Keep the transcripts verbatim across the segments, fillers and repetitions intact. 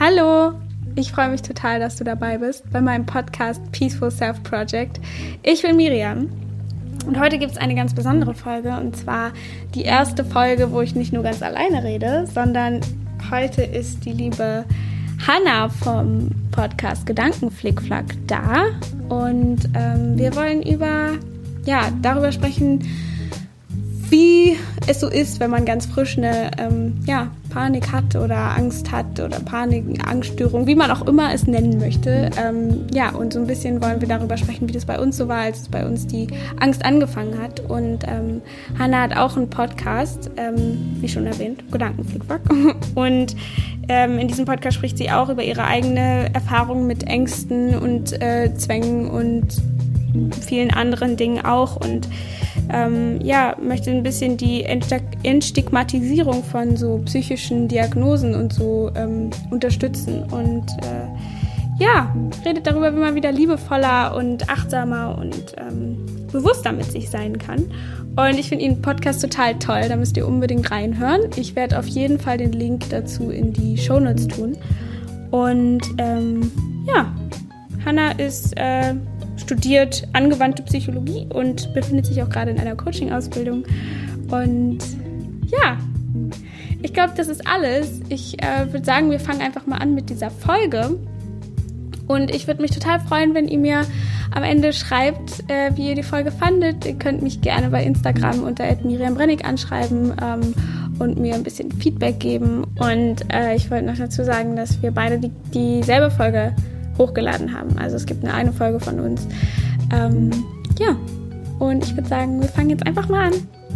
Hallo, ich freue mich total, dass du dabei bist bei meinem Podcast Peaceful Self Project. Ich bin Miriam und heute gibt es eine ganz besondere Folge, und zwar die erste Folge, wo ich nicht nur ganz alleine rede, sondern heute ist die liebe Hannah vom Podcast Gedankenflickflack da, und ähm, wir wollen über, ja, darüber sprechen, wie es so ist, wenn man ganz frisch eine ähm, ja, Panik hat oder Angst hat oder Panik, Angststörung, wie man auch immer es nennen möchte. Ähm, ja, und so ein bisschen wollen wir darüber sprechen, wie das bei uns so war, als es bei uns die Angst angefangen hat. Und ähm, Hannah hat auch einen Podcast, ähm, wie schon erwähnt, Gedankenflickflack. Und ähm, in diesem Podcast spricht sie auch über ihre eigene Erfahrung mit Ängsten und äh, Zwängen und vielen anderen Dingen auch, und ähm, ja, möchte ein bisschen die Entstigmatisierung von so psychischen Diagnosen und so ähm, unterstützen, und äh, ja, redet darüber, wie man wieder liebevoller und achtsamer und ähm, bewusster mit sich sein kann. Und ich finde ihren Podcast total toll, da müsst ihr unbedingt reinhören. Ich werde auf jeden Fall den Link dazu in die Shownotes tun. Und ähm, ja, Hannah ist äh, studiert angewandte Psychologie und befindet sich auch gerade in einer Coaching-Ausbildung. Und ja, ich glaube, das ist alles. Ich äh, würde sagen, wir fangen einfach mal an mit dieser Folge. Und ich würde mich total freuen, wenn ihr mir am Ende schreibt, äh, wie ihr die Folge fandet. Ihr könnt mich gerne bei Instagram unter at miriam brennig anschreiben ähm, und mir ein bisschen Feedback geben. Und äh, ich wollte noch dazu sagen, dass wir beide die, dieselbe Folge hochgeladen haben. Also es gibt eine, eine Folge von uns. Ähm, ja, und ich würde sagen, wir fangen jetzt einfach mal an.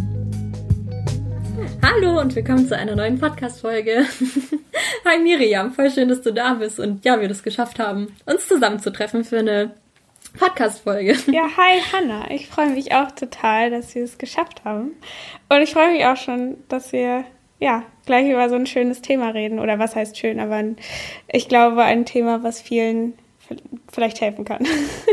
Hallo und willkommen zu einer neuen Podcast-Folge. Hi Miriam, voll schön, dass du da bist und ja, wir das geschafft haben, uns zusammenzutreffen für eine Podcast-Folge. Ja, hi Hannah, ich freue mich auch total, dass wir es geschafft haben. Und ich freue mich auch schon, dass wir ja, gleich über so ein schönes Thema reden. Oder was heißt schön, aber ein, ich glaube, ein Thema, was vielen vielleicht helfen kann.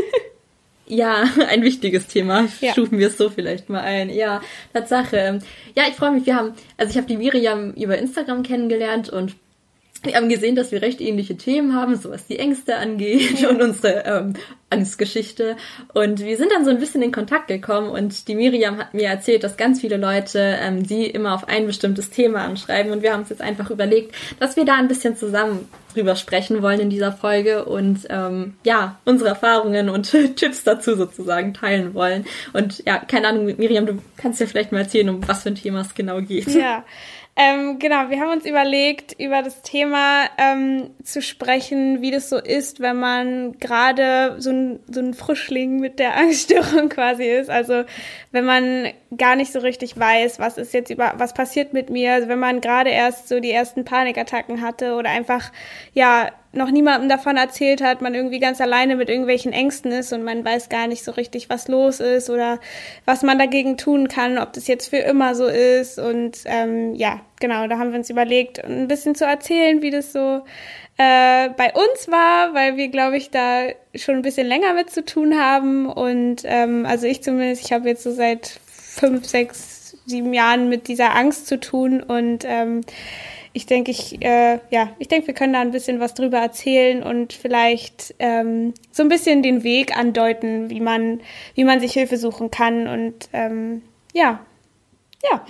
Ja, ein wichtiges Thema. Ja. Stufen wir es so vielleicht mal ein. Ja, Tatsache. Ja, ich freue mich. Wir haben, also ich habe die Miriam über Instagram kennengelernt und wir haben gesehen, dass wir recht ähnliche Themen haben, so was die Ängste angeht, ja, und unsere ähm, Angstgeschichte. Und wir sind dann so ein bisschen in Kontakt gekommen, und die Miriam hat mir erzählt, dass ganz viele Leute ähm, sie immer auf ein bestimmtes Thema anschreiben, und wir haben uns jetzt einfach überlegt, dass wir da ein bisschen zusammen drüber sprechen wollen in dieser Folge und ähm, ja, unsere Erfahrungen und Tipps dazu sozusagen teilen wollen. Und ja, keine Ahnung, Miriam, du kannst ja vielleicht mal erzählen, um was für ein Thema es genau geht. Ja. Ähm, genau, wir haben uns überlegt, über das Thema ähm, zu sprechen, wie das so ist, wenn man gerade so ein, so ein Frischling mit der Angststörung quasi ist. Also wenn man gar nicht so richtig weiß, was ist jetzt über, was passiert mit mir, also wenn man gerade erst so die ersten Panikattacken hatte oder einfach, ja, noch niemandem davon erzählt hat, man irgendwie ganz alleine mit irgendwelchen Ängsten ist und man weiß gar nicht so richtig, was los ist oder was man dagegen tun kann, ob das jetzt für immer so ist. Und ähm, ja, genau, da haben wir uns überlegt, ein bisschen zu erzählen, wie das so äh, bei uns war, weil wir, glaube ich, da schon ein bisschen länger mit zu tun haben. Und ähm, also ich zumindest, ich habe jetzt so seit fünf, sechs, sieben Jahren mit dieser Angst zu tun, und ähm, Ich denke, ich, äh, ja, ich denke, wir können da ein bisschen was drüber erzählen und vielleicht ähm, so ein bisschen den Weg andeuten, wie man, wie man sich Hilfe suchen kann. Und ähm, ja, ja.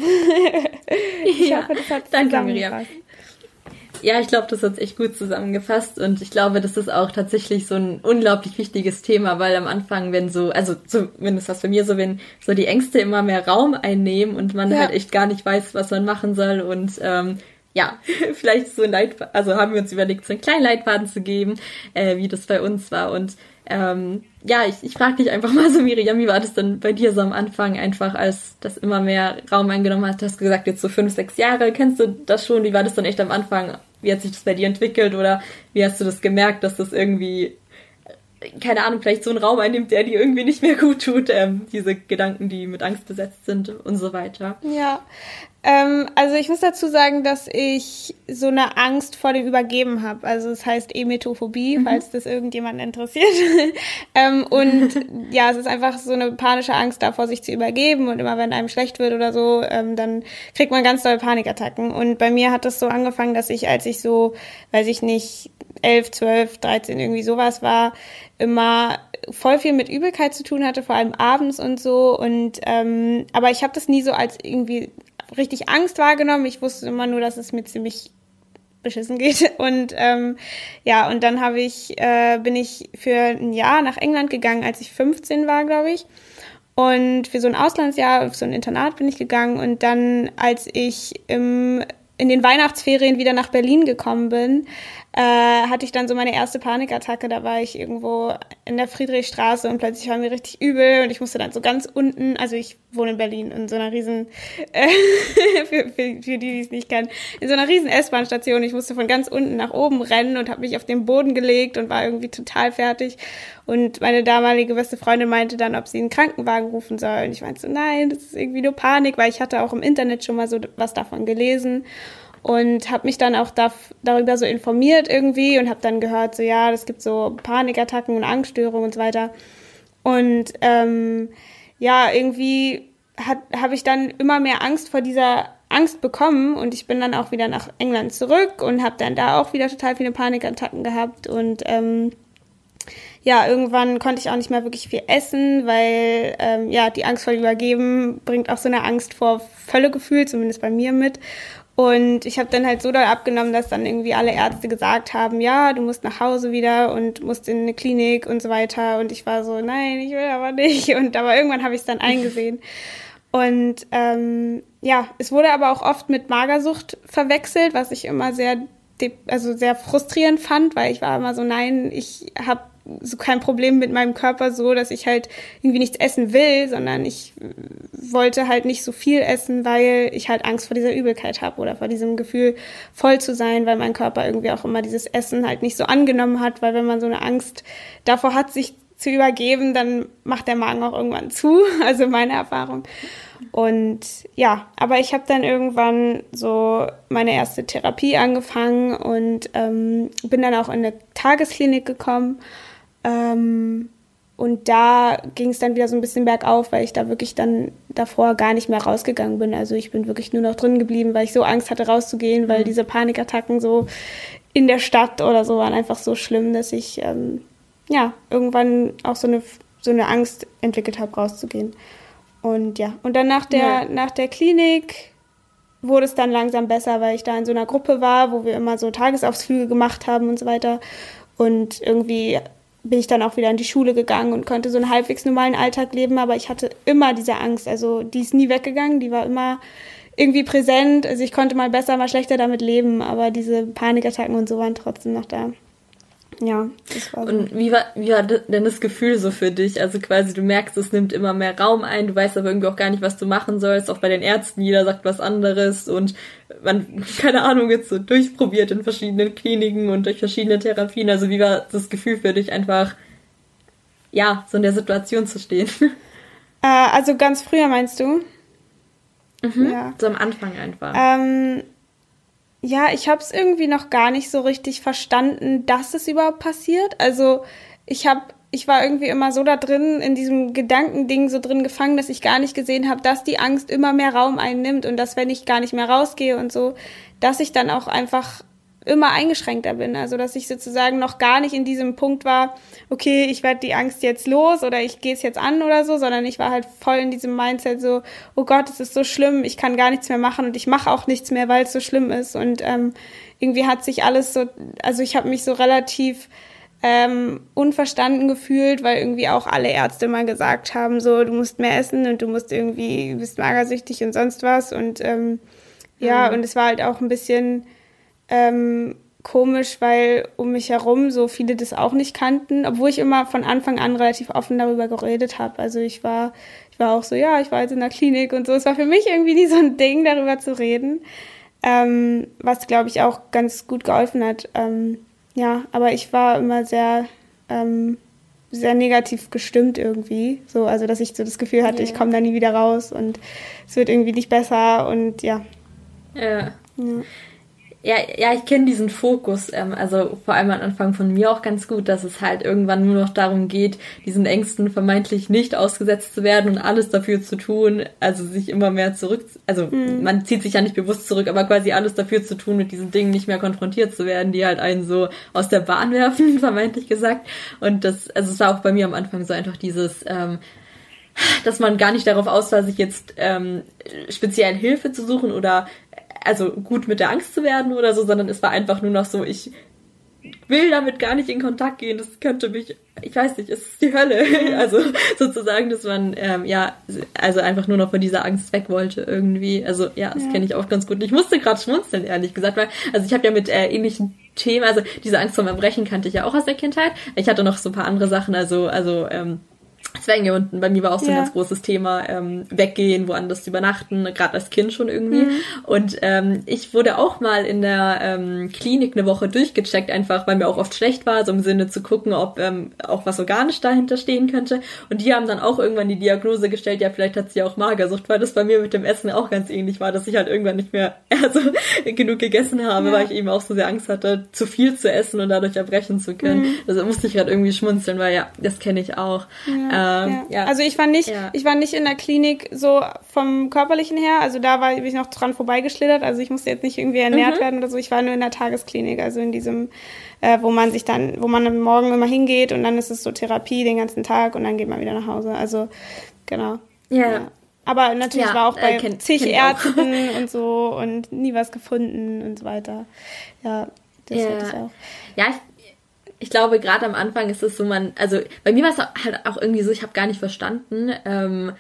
ich ja, hoffe, das hat danke, Miriam. Ja, ich glaube, das hat echt gut zusammengefasst, und ich glaube, das ist auch tatsächlich so ein unglaublich wichtiges Thema, weil am Anfang, wenn so, also zumindest was bei mir so, wenn so die Ängste immer mehr Raum einnehmen und man ja. halt echt gar nicht weiß, was man machen soll, und ähm, ja, vielleicht so ein Leitfaden, also haben wir uns überlegt, so einen kleinen Leitfaden zu geben, äh, wie das bei uns war. Und ähm, ja, ich, ich frage dich einfach mal so, Miriam, wie war das denn bei dir so am Anfang, einfach als das immer mehr Raum eingenommen hat? Du hast gesagt, jetzt so fünf, sechs Jahre, kennst du das schon? Wie war das dann echt am Anfang? Wie hat sich das bei dir entwickelt, oder wie hast du das gemerkt, dass das irgendwie, keine Ahnung, vielleicht so einen Raum einnimmt, der dir irgendwie nicht mehr gut tut, ähm, diese Gedanken, die mit Angst besetzt sind und so weiter? Ja, Ähm, also ich muss dazu sagen, dass ich so eine Angst vor dem Übergeben habe. Also es heißt Emetophobie, mhm. falls das irgendjemanden interessiert. ähm, und ja, es ist einfach so eine panische Angst davor, sich zu übergeben. Und immer wenn einem schlecht wird oder so, ähm, dann kriegt man ganz doll Panikattacken. Und bei mir hat das so angefangen, dass ich, als ich so, weiß ich nicht, elf, zwölf, dreizehn, irgendwie sowas war, immer voll viel mit Übelkeit zu tun hatte, vor allem abends und so. Und ähm, aber ich habe das nie so als irgendwie richtig Angst wahrgenommen. Ich wusste immer nur, dass es mir ziemlich beschissen geht. Und ähm, ja, und dann habe ich, äh, bin ich für ein Jahr nach England gegangen, als ich fünfzehn war, glaube ich. Und für so ein Auslandsjahr, für so ein Internat bin ich gegangen. Und dann, als ich im, in den Weihnachtsferien wieder nach Berlin gekommen bin, äh, hatte ich dann so meine erste Panikattacke. Da war ich irgendwo in der Friedrichstraße und plötzlich war mir richtig übel und ich musste dann so ganz unten, also ich wohne in Berlin, in so einer riesen, äh, für, für, für die, die es nicht kennen, in so einer riesen S-Bahn-Station. Ich musste von ganz unten nach oben rennen und habe mich auf den Boden gelegt und war irgendwie total fertig. Und meine damalige beste Freundin meinte dann, ob sie einen Krankenwagen rufen soll. Und ich meinte so, nein, das ist irgendwie nur Panik, weil ich hatte auch im Internet schon mal so was davon gelesen. Und habe mich dann auch da, darüber so informiert irgendwie und habe dann gehört, so ja, es gibt so Panikattacken und Angststörungen und so weiter. Und ähm, ja, irgendwie habe ich dann immer mehr Angst vor dieser Angst bekommen und ich bin dann auch wieder nach England zurück und habe dann da auch wieder total viele Panikattacken gehabt und ähm, ja, irgendwann konnte ich auch nicht mehr wirklich viel essen, weil ähm, ja, die Angst vor Übergeben bringt auch so eine Angst vor Völlegefühl, zumindest bei mir mit. Und ich habe dann halt so doll abgenommen, dass dann irgendwie alle Ärzte gesagt haben, ja, du musst nach Hause wieder und musst in eine Klinik und so weiter. Und ich war so, nein, ich will aber nicht. Und aber irgendwann habe ich es dann eingesehen. Und ähm, ja, es wurde aber auch oft mit Magersucht verwechselt, was ich immer sehr, also sehr frustrierend fand, weil ich war immer so, nein, ich habe so kein Problem mit meinem Körper so, dass ich halt irgendwie nichts essen will, sondern ich wollte halt nicht so viel essen, weil ich halt Angst vor dieser Übelkeit habe oder vor diesem Gefühl, voll zu sein, weil mein Körper irgendwie auch immer dieses Essen halt nicht so angenommen hat, weil wenn man so eine Angst davor hat, sich zu übergeben, dann macht der Magen auch irgendwann zu, also meine Erfahrung. Und ja, aber ich habe dann irgendwann so meine erste Therapie angefangen und ähm, bin dann auch in eine Tagesklinik gekommen. Ähm, und da ging es dann wieder so ein bisschen bergauf, weil ich da wirklich dann davor gar nicht mehr rausgegangen bin. Also ich bin wirklich nur noch drin geblieben, weil ich so Angst hatte, rauszugehen, weil diese Panikattacken so in der Stadt oder so waren einfach so schlimm, dass ich ähm, ja irgendwann auch so eine, so eine Angst entwickelt habe, rauszugehen. Und ja, und dann nach der, ja. nach der Klinik wurde es dann langsam besser, weil ich da in so einer Gruppe war, wo wir immer so Tagesausflüge gemacht haben und so weiter. Und irgendwie bin ich dann auch wieder in die Schule gegangen und konnte so einen halbwegs normalen Alltag leben, aber ich hatte immer diese Angst, also die ist nie weggegangen, die war immer irgendwie präsent, also ich konnte mal besser, mal schlechter damit leben, aber diese Panikattacken und so waren trotzdem noch da. Ja, das war so. Und wie war, wie war denn das Gefühl so für dich? Also quasi, du merkst, es nimmt immer mehr Raum ein, du weißt aber irgendwie auch gar nicht, was du machen sollst, auch bei den Ärzten, jeder sagt was anderes und man, keine Ahnung, jetzt so durchprobiert in verschiedenen Kliniken und durch verschiedene Therapien. Also wie war das Gefühl für dich, einfach, ja, so in der Situation zu stehen? Äh, also ganz früher meinst du? Mhm, ja. So am Anfang einfach. Ähm... Ja, ich habe es irgendwie noch gar nicht so richtig verstanden, dass es überhaupt passiert. Also ich habe, ich war irgendwie immer so da drin, in diesem Gedankending so drin gefangen, dass ich gar nicht gesehen habe, dass die Angst immer mehr Raum einnimmt und dass, wenn ich gar nicht mehr rausgehe und so, dass ich dann auch einfach immer eingeschränkter bin. Also dass ich sozusagen noch gar nicht in diesem Punkt war, okay, ich werde die Angst jetzt los oder ich gehe es jetzt an oder so, sondern ich war halt voll in diesem Mindset so, oh Gott, es ist so schlimm, ich kann gar nichts mehr machen und ich mache auch nichts mehr, weil es so schlimm ist. Und ähm, irgendwie hat sich alles so, also ich habe mich so relativ ähm, unverstanden gefühlt, weil irgendwie auch alle Ärzte mal gesagt haben, so, du musst mehr essen und du musst irgendwie, du bist magersüchtig und sonst was. Und ähm, ja, mhm. und es war halt auch ein bisschen Ähm, komisch, weil um mich herum so viele das auch nicht kannten, obwohl ich immer von Anfang an relativ offen darüber geredet habe. Also ich war, ich war auch so, ja, ich war jetzt in der Klinik und so. Es war für mich irgendwie nie so ein Ding, darüber zu reden, ähm, was, glaube ich, auch ganz gut geholfen hat. Ähm, ja, aber ich war immer sehr, ähm, sehr negativ gestimmt irgendwie. So, also dass ich so das Gefühl hatte, yeah. ich komme da nie wieder raus und es wird irgendwie nicht besser und ja. Ja. Ja. Ja, ja, ich kenne diesen Fokus, ähm, also vor allem am Anfang von mir auch ganz gut, dass es halt irgendwann nur noch darum geht, diesen Ängsten vermeintlich nicht ausgesetzt zu werden und alles dafür zu tun, also sich immer mehr zurück, also mhm. man zieht sich ja nicht bewusst zurück, aber quasi alles dafür zu tun, mit diesen Dingen nicht mehr konfrontiert zu werden, die halt einen so aus der Bahn werfen, vermeintlich gesagt. Und das, also es war auch bei mir am Anfang so einfach dieses, ähm, dass man gar nicht darauf aus war, sich jetzt ähm, speziell Hilfe zu suchen oder also gut mit der Angst zu werden oder so, sondern es war einfach nur noch so, ich will damit gar nicht in Kontakt gehen, das könnte mich, ich weiß nicht, es ist die Hölle. Also sozusagen, dass man, ähm, ja, also einfach nur noch von dieser Angst weg wollte irgendwie. Also ja, das ja. kenne ich auch ganz gut. Und ich musste gerade schmunzeln, ehrlich gesagt, weil, also ich habe ja mit äh, ähnlichen Themen, also diese Angst vor dem Erbrechen kannte ich ja auch aus der Kindheit. Ich hatte noch so ein paar andere Sachen, also, also, ähm, Zwänge und bei mir war auch so ein ja. ganz großes Thema, ähm, weggehen, woanders übernachten, gerade als Kind schon irgendwie. Mhm. Und ähm, ich wurde auch mal in der ähm, Klinik eine Woche durchgecheckt, einfach weil mir auch oft schlecht war, so im Sinne zu gucken, ob ähm, auch was organisch dahinter stehen könnte. Und die haben dann auch irgendwann die Diagnose gestellt, ja, vielleicht hat sie auch Magersucht, weil das bei mir mit dem Essen auch ganz ähnlich war, dass ich halt irgendwann nicht mehr also, genug gegessen habe, ja. weil ich eben auch so sehr Angst hatte, zu viel zu essen und dadurch erbrechen zu können. Mhm. Also musste ich gerade irgendwie schmunzeln, weil ja, das kenne ich auch. Ja. Ja. Ja. Also ich war nicht, ja. ich war nicht in der Klinik so vom Körperlichen her, also da war ich noch dran vorbeigeschlittert, also ich musste jetzt nicht irgendwie ernährt mhm. werden oder so, ich war nur in der Tagesklinik, also in diesem, äh, wo man sich dann, wo man am Morgen immer hingeht und dann ist es so Therapie den ganzen Tag und dann geht man wieder nach Hause, also genau. Ja. ja. Aber natürlich ja, war auch bei äh, kenn, zig kenn Ärzten und so und nie was gefunden und so weiter. Ja, das ja. hatte ich auch. Ja, ich Ich glaube, gerade am Anfang ist es so, man, also bei mir war es halt auch irgendwie so, ich habe gar nicht verstanden, ähm,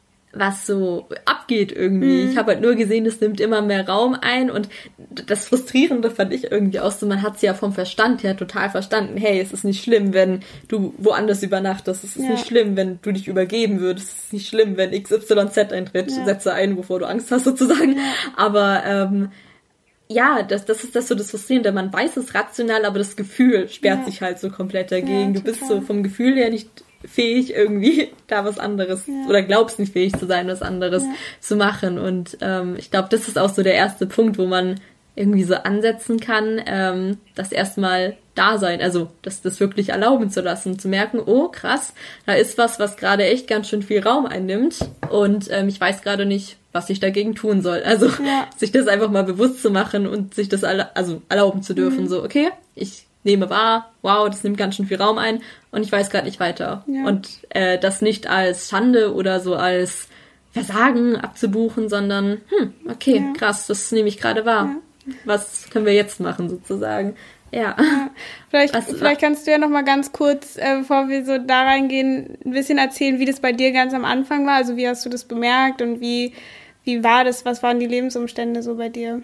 was so abgeht irgendwie. Mhm. Ich habe halt nur gesehen, es nimmt immer mehr Raum ein und das Frustrierende fand ich irgendwie auch so, man hat es ja vom Verstand her total verstanden, hey, es ist nicht schlimm, wenn du woanders übernachtest, es ist ja. nicht schlimm, wenn du dich übergeben würdest, es ist nicht schlimm, wenn X Y Z eintritt, ja. setze ein, bevor du Angst hast sozusagen, ja. aber ähm, ja, das, das ist das so das Frustrierende. Man weiß es rational, aber das Gefühl sperrt ja. sich halt so komplett dagegen. Ja, du bist so vom Gefühl her nicht fähig, irgendwie da was anderes ja. oder glaubst nicht fähig zu sein, was anderes ja. zu machen. Und ähm, ich glaube, das ist auch so der erste Punkt, wo man irgendwie so ansetzen kann, ähm, das erstmal da sein, also das, das wirklich erlauben zu lassen, zu merken, oh krass, da ist was, was gerade echt ganz schön viel Raum einnimmt und ähm, ich weiß gerade nicht, was ich dagegen tun soll. Also ja. sich das einfach mal bewusst zu machen und sich das alle, also erlauben zu dürfen, mhm. so okay, ich nehme wahr, wow, das nimmt ganz schön viel Raum ein und ich weiß gerade nicht weiter. Ja. Und äh, das nicht als Schande oder so als Versagen abzubuchen, sondern hm, okay, ja. krass, das nehme ich gerade wahr. Ja. Was können wir jetzt machen, sozusagen? Ja. ja. Vielleicht, Was, vielleicht kannst du ja noch mal ganz kurz, äh, bevor wir so da reingehen, ein bisschen erzählen, wie das bei dir ganz am Anfang war. Also wie hast du das bemerkt und wie, wie war das? Was waren die Lebensumstände so bei dir?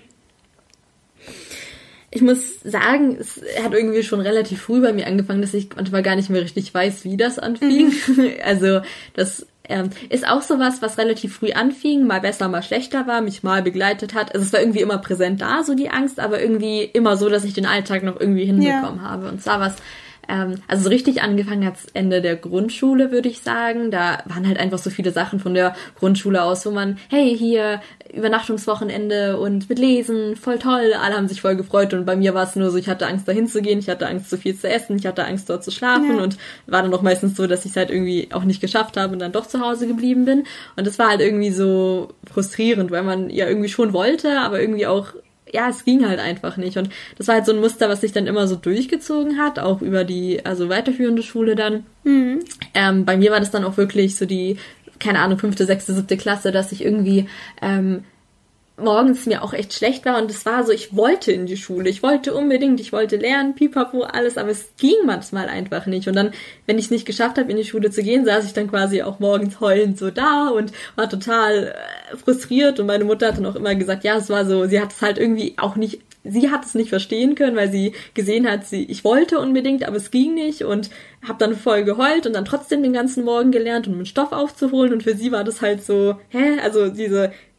Ich muss sagen, es hat irgendwie schon relativ früh bei mir angefangen, dass ich manchmal gar nicht mehr richtig weiß, wie das anfing. Mhm. Also das ähm, ist auch sowas, was relativ früh anfing, mal besser, mal schlechter war, mich mal begleitet hat. Also es war irgendwie immer präsent da, so die Angst, aber irgendwie immer so, dass ich den Alltag noch irgendwie hinbekommen ja. habe. Und zwar was, ähm, also so richtig angefangen hat's Ende der Grundschule, würde ich sagen. Da waren halt einfach so viele Sachen von der Grundschule aus, wo man, hey, hier Übernachtungswochenende und mit Lesen, voll toll, alle haben sich voll gefreut und bei mir war es nur so, ich hatte Angst dahin zu gehen, ich hatte Angst zu viel zu essen, ich hatte Angst dort zu schlafen ja. und war dann auch meistens so, dass ich es halt irgendwie auch nicht geschafft habe und dann doch zu Hause geblieben bin und das war halt irgendwie so frustrierend, weil man ja irgendwie schon wollte, aber irgendwie auch, ja, es ging halt einfach nicht und das war halt so ein Muster, was sich dann immer so durchgezogen hat, auch über die, also weiterführende Schule dann. Mhm. Ähm, bei mir war das dann auch wirklich so die keine Ahnung, fünfte, sechste, siebte Klasse, dass ich irgendwie ähm, morgens mir auch echt schlecht war und es war so, ich wollte in die Schule, ich wollte unbedingt, ich wollte lernen, pipapo, alles, aber es ging manchmal einfach nicht und dann, wenn ich es nicht geschafft habe, in die Schule zu gehen, saß ich dann quasi auch morgens heulend so da und war total äh, frustriert und meine Mutter hat dann auch immer gesagt, ja, es war so, sie hat es halt irgendwie auch nicht sie hat es nicht verstehen können, weil sie gesehen hat, sie ich wollte unbedingt, aber es ging nicht und habe dann voll geheult und dann trotzdem den ganzen Morgen gelernt, um den Stoff aufzuholen und für sie war das halt so, hä, also diese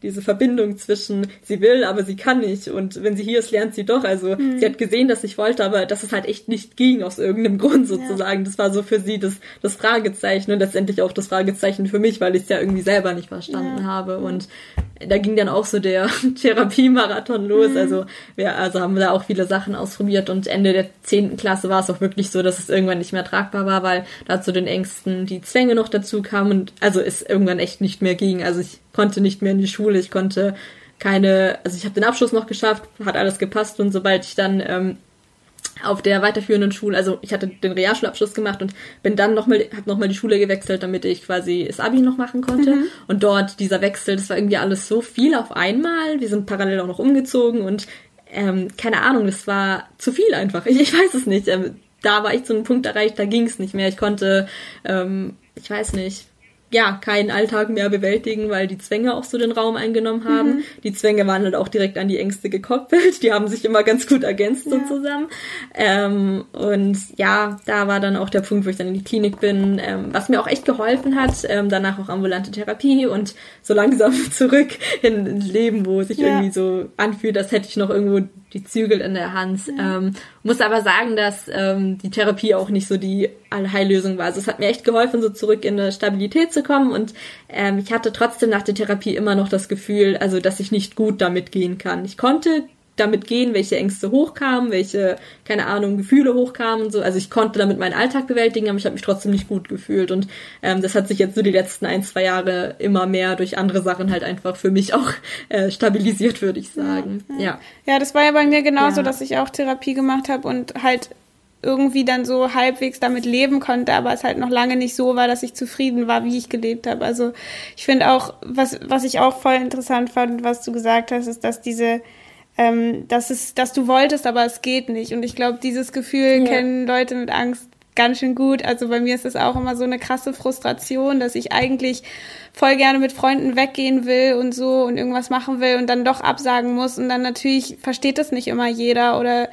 diese Verbindung zwischen sie will, aber sie kann nicht und wenn sie hier ist, lernt sie doch. Also mhm. sie hat gesehen, dass ich wollte, aber dass es halt echt nicht ging aus irgendeinem Grund sozusagen. Ja. Das war so für sie das, das Fragezeichen und letztendlich auch das Fragezeichen für mich, weil ich es ja irgendwie selber nicht verstanden ja. habe. Und da ging dann auch so der Therapiemarathon los. Mhm. Also wir also haben da auch viele Sachen ausprobiert und Ende der zehnten Klasse war es auch wirklich so, dass es irgendwann nicht mehr tragbar war, weil da zu den Ängsten die Zwänge noch dazu kamen und also es irgendwann echt nicht mehr ging. Also ich konnte nicht mehr in die Schule, ich konnte keine, also ich habe den Abschluss noch geschafft, hat alles gepasst und sobald ich dann ähm, auf der weiterführenden Schule, also ich hatte den Realschulabschluss gemacht und bin dann nochmal, habe nochmal die Schule gewechselt, damit ich quasi das Abi noch machen konnte. Mhm. Und dort dieser Wechsel, das war irgendwie alles so viel auf einmal. Wir sind parallel auch noch umgezogen und ähm, keine Ahnung, das war zu viel einfach. Ich, ich weiß es nicht. Ähm, da war ich zu einem Punkt erreicht, da ging es nicht mehr. Ich konnte, ähm, ich weiß nicht, ja, keinen Alltag mehr bewältigen, weil die Zwänge auch so den Raum eingenommen haben. Mhm. Die Zwänge waren halt auch direkt an die Ängste gekoppelt. Die haben sich immer ganz gut ergänzt so ja. zusammen. Ähm, und ja, da war dann auch der Punkt, wo ich dann in die Klinik bin, ähm, was mir auch echt geholfen hat. Ähm, danach auch ambulante Therapie und so langsam zurück in ein Leben, wo es sich ja. irgendwie so anfühlt, als hätte ich noch irgendwo die Zügel in der Hand. Ja. Ähm, muss aber sagen, dass ähm, die Therapie auch nicht so die Allheillösung war. Also es hat mir echt geholfen, so zurück in eine Stabilität zu kommen und ähm, ich hatte trotzdem nach der Therapie immer noch das Gefühl, also dass ich nicht gut damit gehen kann. Ich konnte damit gehen, welche Ängste hochkamen, welche, keine Ahnung, Gefühle hochkamen und so. Also ich konnte damit meinen Alltag bewältigen, aber ich habe mich trotzdem nicht gut gefühlt und ähm, das hat sich jetzt so die letzten ein, zwei Jahre immer mehr durch andere Sachen halt einfach für mich auch äh, stabilisiert, würde ich sagen. Ja, ja. ja. ja, das war ja bei mir genauso, ja. dass ich auch Therapie gemacht habe und halt irgendwie dann so halbwegs damit leben konnte, aber es halt noch lange nicht so war, dass ich zufrieden war, wie ich gelebt habe. Also ich finde auch, was was ich auch voll interessant fand, was du gesagt hast, ist, dass diese ähm, dass es, dass du wolltest, aber es geht nicht. Und ich glaube, dieses Gefühl ja. kennen Leute mit Angst ganz schön gut. Also bei mir ist es auch immer so eine krasse Frustration, dass ich eigentlich voll gerne mit Freunden weggehen will und so und irgendwas machen will und dann doch absagen muss. Und dann natürlich versteht das nicht immer jeder oder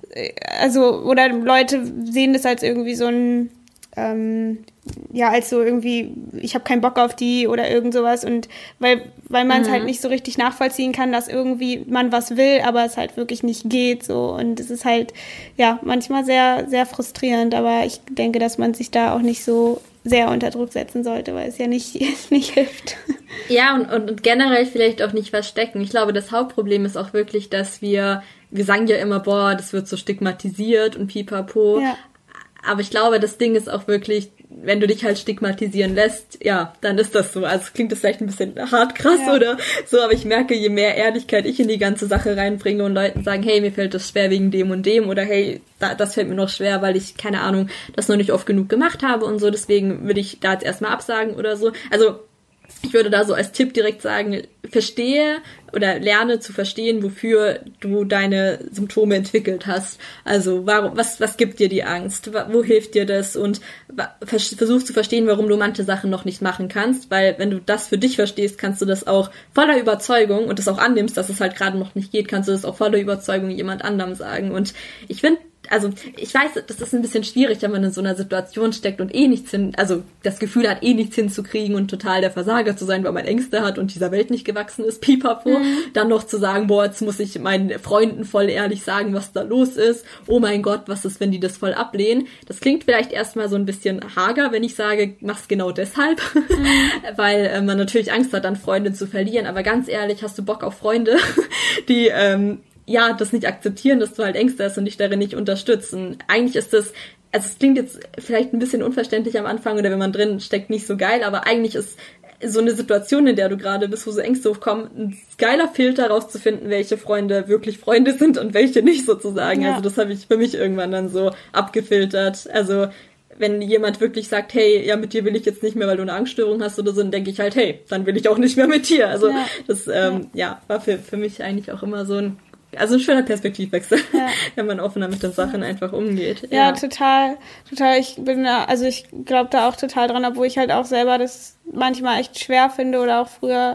also oder Leute sehen das als irgendwie so ein ähm, ja als so irgendwie ich habe keinen Bock auf die oder irgend sowas und weil weil man es mhm. halt nicht so richtig nachvollziehen kann, dass irgendwie man was will, aber es halt wirklich nicht geht so und es ist halt ja manchmal sehr sehr frustrierend, aber ich denke, dass man sich da auch nicht so sehr unter Druck setzen sollte, weil es ja nicht nicht hilft. Ja und, und und generell vielleicht auch nicht verstecken. Ich glaube, das Hauptproblem ist auch wirklich, dass wir wir sagen ja immer, boah, das wird so stigmatisiert und pipapo. Ja. Aber ich glaube, das Ding ist auch wirklich, wenn du dich halt stigmatisieren lässt, ja, dann ist das so. Also klingt das vielleicht ein bisschen hart krass ja. oder so, aber ich merke, je mehr Ehrlichkeit ich in die ganze Sache reinbringe und Leuten sagen, hey, mir fällt das schwer wegen dem und dem oder hey, da, das fällt mir noch schwer, weil ich, keine Ahnung, das noch nicht oft genug gemacht habe und so, deswegen würde ich da jetzt erstmal absagen oder so. Also ich würde da so als Tipp direkt sagen, verstehe oder lerne zu verstehen, wofür du deine Symptome entwickelt hast. Also warum, was, was gibt dir die Angst? Wo hilft dir das? Und versuch zu verstehen, warum du manche Sachen noch nicht machen kannst, weil wenn du das für dich verstehst, kannst du das auch voller Überzeugung und das auch annimmst, dass es halt gerade noch nicht geht, kannst du das auch voller Überzeugung jemand anderem sagen. Und ich finde, also ich weiß, das ist ein bisschen schwierig, wenn man in so einer Situation steckt und eh nichts hin, also das Gefühl hat, eh nichts hinzukriegen und total der Versager zu sein, weil man Ängste hat und dieser Welt nicht gewachsen ist, pipapo, mhm. dann noch zu sagen, boah, jetzt muss ich meinen Freunden voll ehrlich sagen, was da los ist, oh mein Gott, was ist, wenn die das voll ablehnen? Das klingt vielleicht erstmal so ein bisschen hager, wenn ich sage, mach's genau deshalb, mhm. weil äh, man natürlich Angst hat, dann Freunde zu verlieren, aber ganz ehrlich, hast du Bock auf Freunde, die ähm, ja, das nicht akzeptieren, dass du halt Ängste hast und dich darin nicht unterstützen. Eigentlich ist das, also es klingt jetzt vielleicht ein bisschen unverständlich am Anfang oder wenn man drin steckt, nicht so geil, aber eigentlich ist so eine Situation, in der du gerade bist, wo so Ängste hochkommen, ein geiler Filter rauszufinden, welche Freunde wirklich Freunde sind und welche nicht sozusagen. Ja. Also das habe ich für mich irgendwann dann so abgefiltert. Also wenn jemand wirklich sagt, hey, ja, mit dir will ich jetzt nicht mehr, weil du eine Angststörung hast oder so, dann denke ich halt, hey, dann will ich auch nicht mehr mit dir. Also ja. das ähm, ja. ja war für, für mich eigentlich auch immer so ein Also ein schöner Perspektivwechsel, ja. wenn man offener mit den Sachen einfach umgeht. Ja, ja total, total. Ich bin da, also ich glaube da auch total dran, obwohl ich halt auch selber das manchmal echt schwer finde oder auch früher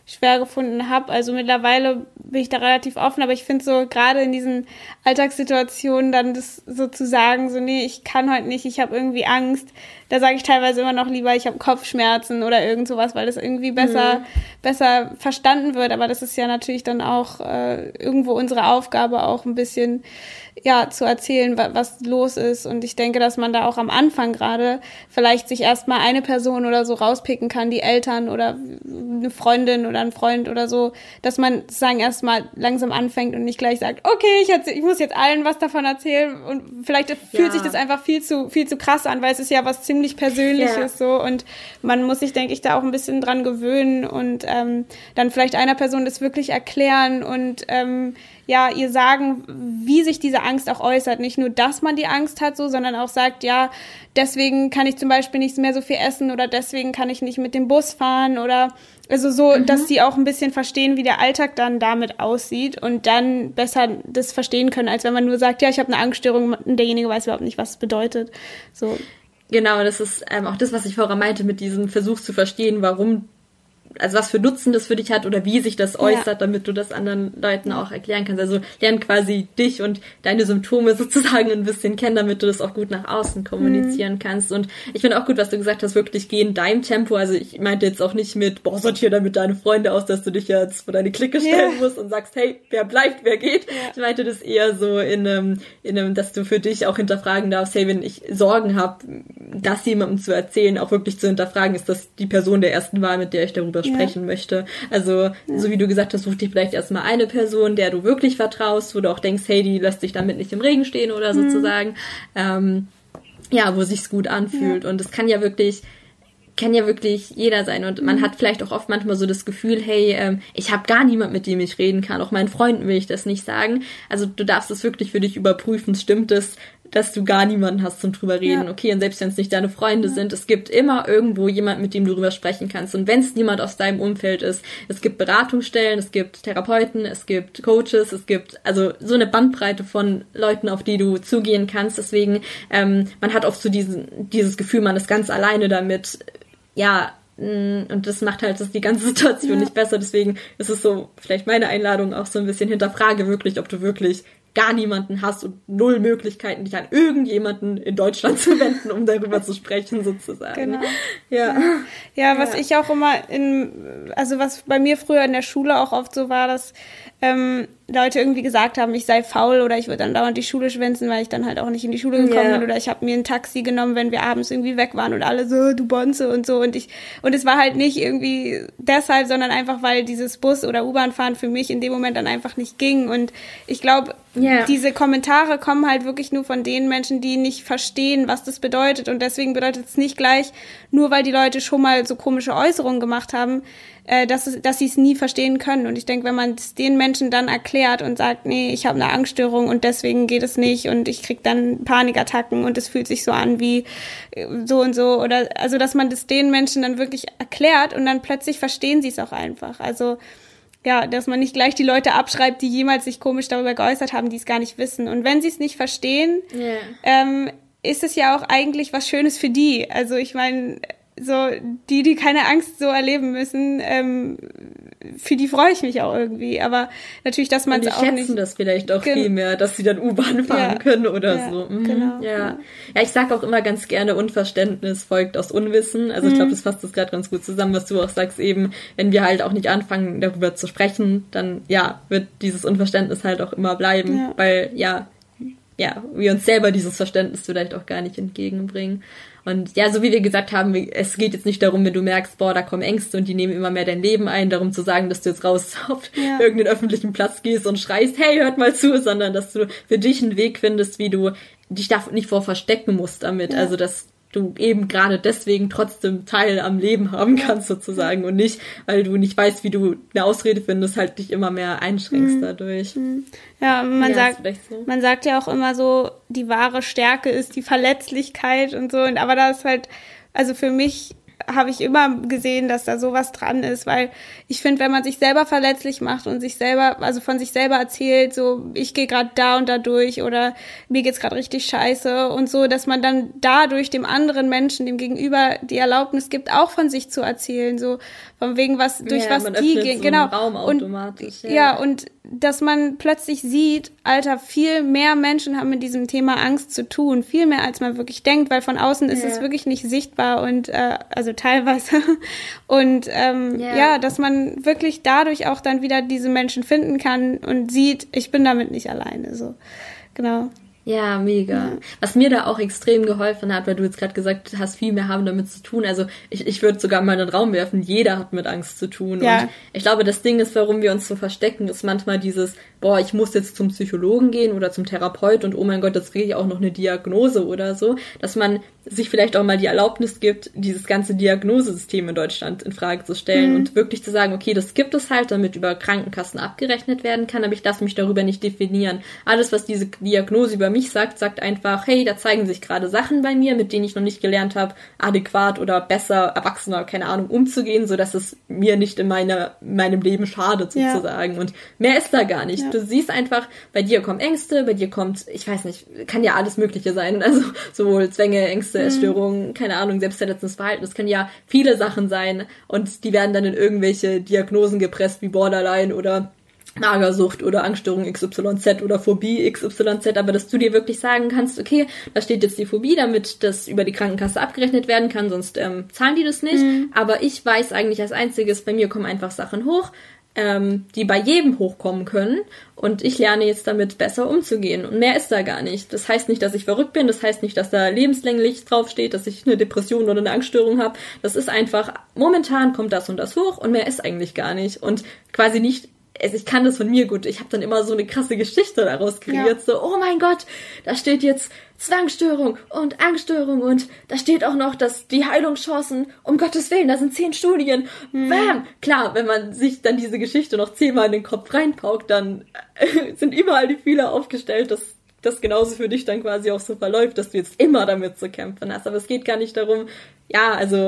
schwer gefunden habe. Also mittlerweile bin ich da relativ offen, aber ich finde so gerade in diesen Alltagssituationen dann das so zu sagen, so nee, ich kann heute nicht, ich habe irgendwie Angst. Da sage ich teilweise immer noch lieber, ich habe Kopfschmerzen oder irgend sowas, weil das irgendwie besser, mhm. besser verstanden wird. Aber das ist ja natürlich dann auch äh, irgendwo unsere Aufgabe, auch ein bisschen ja zu erzählen, was, was los ist. Und ich denke, dass man da auch am Anfang gerade vielleicht sich erstmal eine Person oder so rauspicken kann, die Eltern oder eine Freundin oder ein Freund oder so, dass man sozusagen erstmal langsam anfängt und nicht gleich sagt, okay, ich, ich muss jetzt allen was davon erzählen. Und vielleicht ja. fühlt sich das einfach viel zu viel zu krass an, weil es ist ja was ziemlich Persönliches ja. so und man muss sich, denke ich, da auch ein bisschen dran gewöhnen und ähm, dann vielleicht einer Person das wirklich erklären und ähm, ja, ihr sagen, wie sich diese Angst auch äußert. Nicht nur, dass man die Angst hat, so, sondern auch sagt, ja, deswegen kann ich zum Beispiel nicht mehr so viel essen oder deswegen kann ich nicht mit dem Bus fahren oder also so, mhm. dass die auch ein bisschen verstehen, wie der Alltag dann damit aussieht und dann besser das verstehen können, als wenn man nur sagt, ja, ich habe eine Angststörung und derjenige weiß überhaupt nicht, was es bedeutet. So. Genau, das ist ähm, auch das, was ich vorher meinte, mit diesem Versuch zu verstehen, warum, also was für Nutzen das für dich hat oder wie sich das äußert, ja. damit du das anderen Leuten auch erklären kannst. Also lern quasi dich und deine Symptome sozusagen ein bisschen kennen, damit du das auch gut nach außen kommunizieren mhm. kannst. Und ich finde auch gut, was du gesagt hast, wirklich geh in deinem Tempo. Also ich meinte jetzt auch nicht mit, boah, sortier damit deine Freunde aus, dass du dich jetzt vor deine Clique stellen ja. musst und sagst, hey, wer bleibt, wer geht. Ja. Ich meinte das eher so in einem, in einem, dass du für dich auch hinterfragen darfst, hey, wenn ich Sorgen habe, das jemandem zu erzählen, auch wirklich zu hinterfragen, ist das die Person der ersten Wahl, mit der ich darüber sprechen ja. möchte. Also, ja. so wie du gesagt hast, such dir vielleicht erstmal eine Person, der du wirklich vertraust, wo du auch denkst, hey, die lässt sich damit nicht im Regen stehen oder mhm. sozusagen. Ähm, ja, wo sich's gut anfühlt. Ja. Und es kann ja wirklich, kann ja wirklich jeder sein. Und man mhm. hat vielleicht auch oft manchmal so das Gefühl, hey, ähm, ich habe gar niemand, mit dem ich reden kann. Auch meinen Freunden will ich das nicht sagen. Also du darfst es wirklich für dich überprüfen. Stimmt es, dass du gar niemanden hast zum drüber reden. Ja. Okay, und selbst wenn es nicht deine Freunde ja. sind, es gibt immer irgendwo jemand, mit dem du drüber sprechen kannst. Und wenn es niemand aus deinem Umfeld ist, es gibt Beratungsstellen, es gibt Therapeuten, es gibt Coaches, es gibt also so eine Bandbreite von Leuten, auf die du zugehen kannst. Deswegen, ähm, man hat oft so diesen, dieses Gefühl, man ist ganz alleine damit, ja, und das macht halt das die ganze Situation ja. nicht besser. Deswegen ist es so, vielleicht meine Einladung auch so ein bisschen hinterfrage wirklich, ob du wirklich gar niemanden hast und null Möglichkeiten, dich an irgendjemanden in Deutschland zu wenden, um darüber zu sprechen, sozusagen. Genau. Ja. Ja, was ja. ich auch immer in, also was bei mir früher in der Schule auch oft so war, dass ähm, Leute irgendwie gesagt haben, ich sei faul oder ich würde dann dauernd die Schule schwänzen, weil ich dann halt auch nicht in die Schule gekommen yeah. bin oder ich habe mir ein Taxi genommen, wenn wir abends irgendwie weg waren und alle so, du Bonze und so und ich, und es war halt nicht irgendwie deshalb, sondern einfach, weil dieses Bus- oder U-Bahn-Fahren für mich in dem Moment dann einfach nicht ging und ich glaube, yeah. diese Kommentare kommen halt wirklich nur von den Menschen, die nicht verstehen, was das bedeutet und deswegen bedeutet es nicht gleich, nur weil die Leute schon mal so komische Äußerungen gemacht haben, äh, dass es, dass sie es nie verstehen können. Und ich denke, wenn man es den Menschen dann erklärt und sagt, nee, ich habe eine Angststörung und deswegen geht es nicht und ich krieg dann Panikattacken und es fühlt sich so an wie so und so oder also, dass man das den Menschen dann wirklich erklärt und dann plötzlich verstehen sie es auch einfach. Also ja, dass man nicht gleich die Leute abschreibt, die jemals sich komisch darüber geäußert haben, die es gar nicht wissen. Und wenn sie es nicht verstehen, yeah. ähm, ist es ja auch eigentlich was Schönes für die. Also ich meine, so die, die keine Angst so erleben müssen, ähm, für die freue ich mich auch irgendwie. Aber natürlich, dass man es auch nicht... Die schätzen das vielleicht auch viel mehr, dass sie dann U-Bahn fahren ja. können oder ja, so. Mhm. Genau. Ja. Ja. ja, ich sage auch immer ganz gerne, Unverständnis folgt aus Unwissen. Also mhm. ich glaube, das fasst das gerade ganz gut zusammen, was du auch sagst eben, wenn wir halt auch nicht anfangen, darüber zu sprechen, dann ja, wird dieses Unverständnis halt auch immer bleiben, ja. weil ja, ja, wir uns selber dieses Verständnis vielleicht auch gar nicht entgegenbringen. Und ja, so wie wir gesagt haben, es geht jetzt nicht darum, wenn du merkst, boah, da kommen Ängste und die nehmen immer mehr dein Leben ein, darum zu sagen, dass du jetzt raus auf ja. irgendeinen öffentlichen Platz gehst und schreist, hey, hört mal zu, sondern dass du für dich einen Weg findest, wie du dich da nicht vor verstecken musst damit. Ja. Also, dass du eben gerade deswegen trotzdem Teil am Leben haben kannst sozusagen und nicht, weil du nicht weißt, wie du eine Ausrede findest, halt dich immer mehr einschränkst mhm. dadurch. Ja, man ja, sagt, so. man sagt ja auch immer so, die wahre Stärke ist die Verletzlichkeit und so, und aber da ist halt, also für mich habe ich immer gesehen, dass da sowas dran ist, weil ich finde, wenn man sich selber verletzlich macht und sich selber, also von sich selber erzählt, so ich gehe gerade da und da durch oder mir geht's gerade richtig scheiße und so, dass man dann dadurch dem anderen Menschen, dem Gegenüber die Erlaubnis gibt, auch von sich zu erzählen, so von wegen was, durch ja, was die gehen, so genau. Raum automatisch, und, ja. ja, und dass man plötzlich sieht, Alter, viel mehr Menschen haben mit diesem Thema Angst zu tun, viel mehr als man wirklich denkt, weil von außen ist ja. es wirklich nicht sichtbar und äh, also teilweise und ähm, ja. ja, dass man wirklich dadurch auch dann wieder diese Menschen finden kann und sieht, ich bin damit nicht alleine, so, genau. Ja, mega. Ja. Was mir da auch extrem geholfen hat, weil du jetzt gerade gesagt hast, viel mehr haben damit zu tun. Also ich, ich würde sogar mal in den Raum werfen, jeder hat mit Angst zu tun. Ja. Und ich glaube, das Ding ist, warum wir uns so verstecken, ist manchmal dieses, boah, ich muss jetzt zum Psychologen gehen oder zum Therapeut und oh mein Gott, jetzt kriege ich auch noch eine Diagnose oder so, dass man sich vielleicht auch mal die Erlaubnis gibt, dieses ganze Diagnosesystem in Deutschland in Frage zu stellen mhm. und wirklich zu sagen, okay, das gibt es halt, damit über Krankenkassen abgerechnet werden kann, aber ich darf mich darüber nicht definieren. Alles, was diese Diagnose über mich sagt, sagt einfach, hey, da zeigen sich gerade Sachen bei mir, mit denen ich noch nicht gelernt habe, adäquat oder besser, erwachsener, keine Ahnung, umzugehen, sodass es mir nicht in meiner, meinem Leben schadet, sozusagen. Ja. Und mehr ist da gar nicht. Ja. Du siehst einfach, bei dir kommen Ängste, bei dir kommt, ich weiß nicht, kann ja alles Mögliche sein, also sowohl Zwänge, Ängste, Essstörungen, keine Ahnung, selbstverletzendes Verhalten, das können ja viele Sachen sein und die werden dann in irgendwelche Diagnosen gepresst, wie Borderline oder Magersucht oder Angststörung X Y Z oder Phobie X Y Z, aber dass du dir wirklich sagen kannst, okay, da steht jetzt die Phobie, damit das über die Krankenkasse abgerechnet werden kann, sonst ähm, zahlen die das nicht, mhm. aber ich weiß eigentlich als einziges, bei mir kommen einfach Sachen hoch, ähm, die bei jedem hochkommen können und ich lerne jetzt damit besser umzugehen und mehr ist da gar nicht. Das heißt nicht, dass ich verrückt bin, das heißt nicht, dass da lebenslänglich draufsteht, dass ich eine Depression oder eine Angststörung habe, das ist einfach, momentan kommt das und das hoch und mehr ist eigentlich gar nicht und quasi nicht. Also ich kann das von mir gut, ich habe dann immer so eine krasse Geschichte daraus kreiert, ja. so, oh mein Gott, da steht jetzt Zwangsstörung und Angststörung und da steht auch noch, dass die Heilungschancen, um Gottes Willen, da sind zehn Studien, mhm. bam! Klar, wenn man sich dann diese Geschichte noch zehnmal in den Kopf reinpaukt, dann sind überall die Fühler aufgestellt, dass das genauso für dich dann quasi auch so verläuft, dass du jetzt immer damit zu kämpfen hast, aber es geht gar nicht darum, ja, also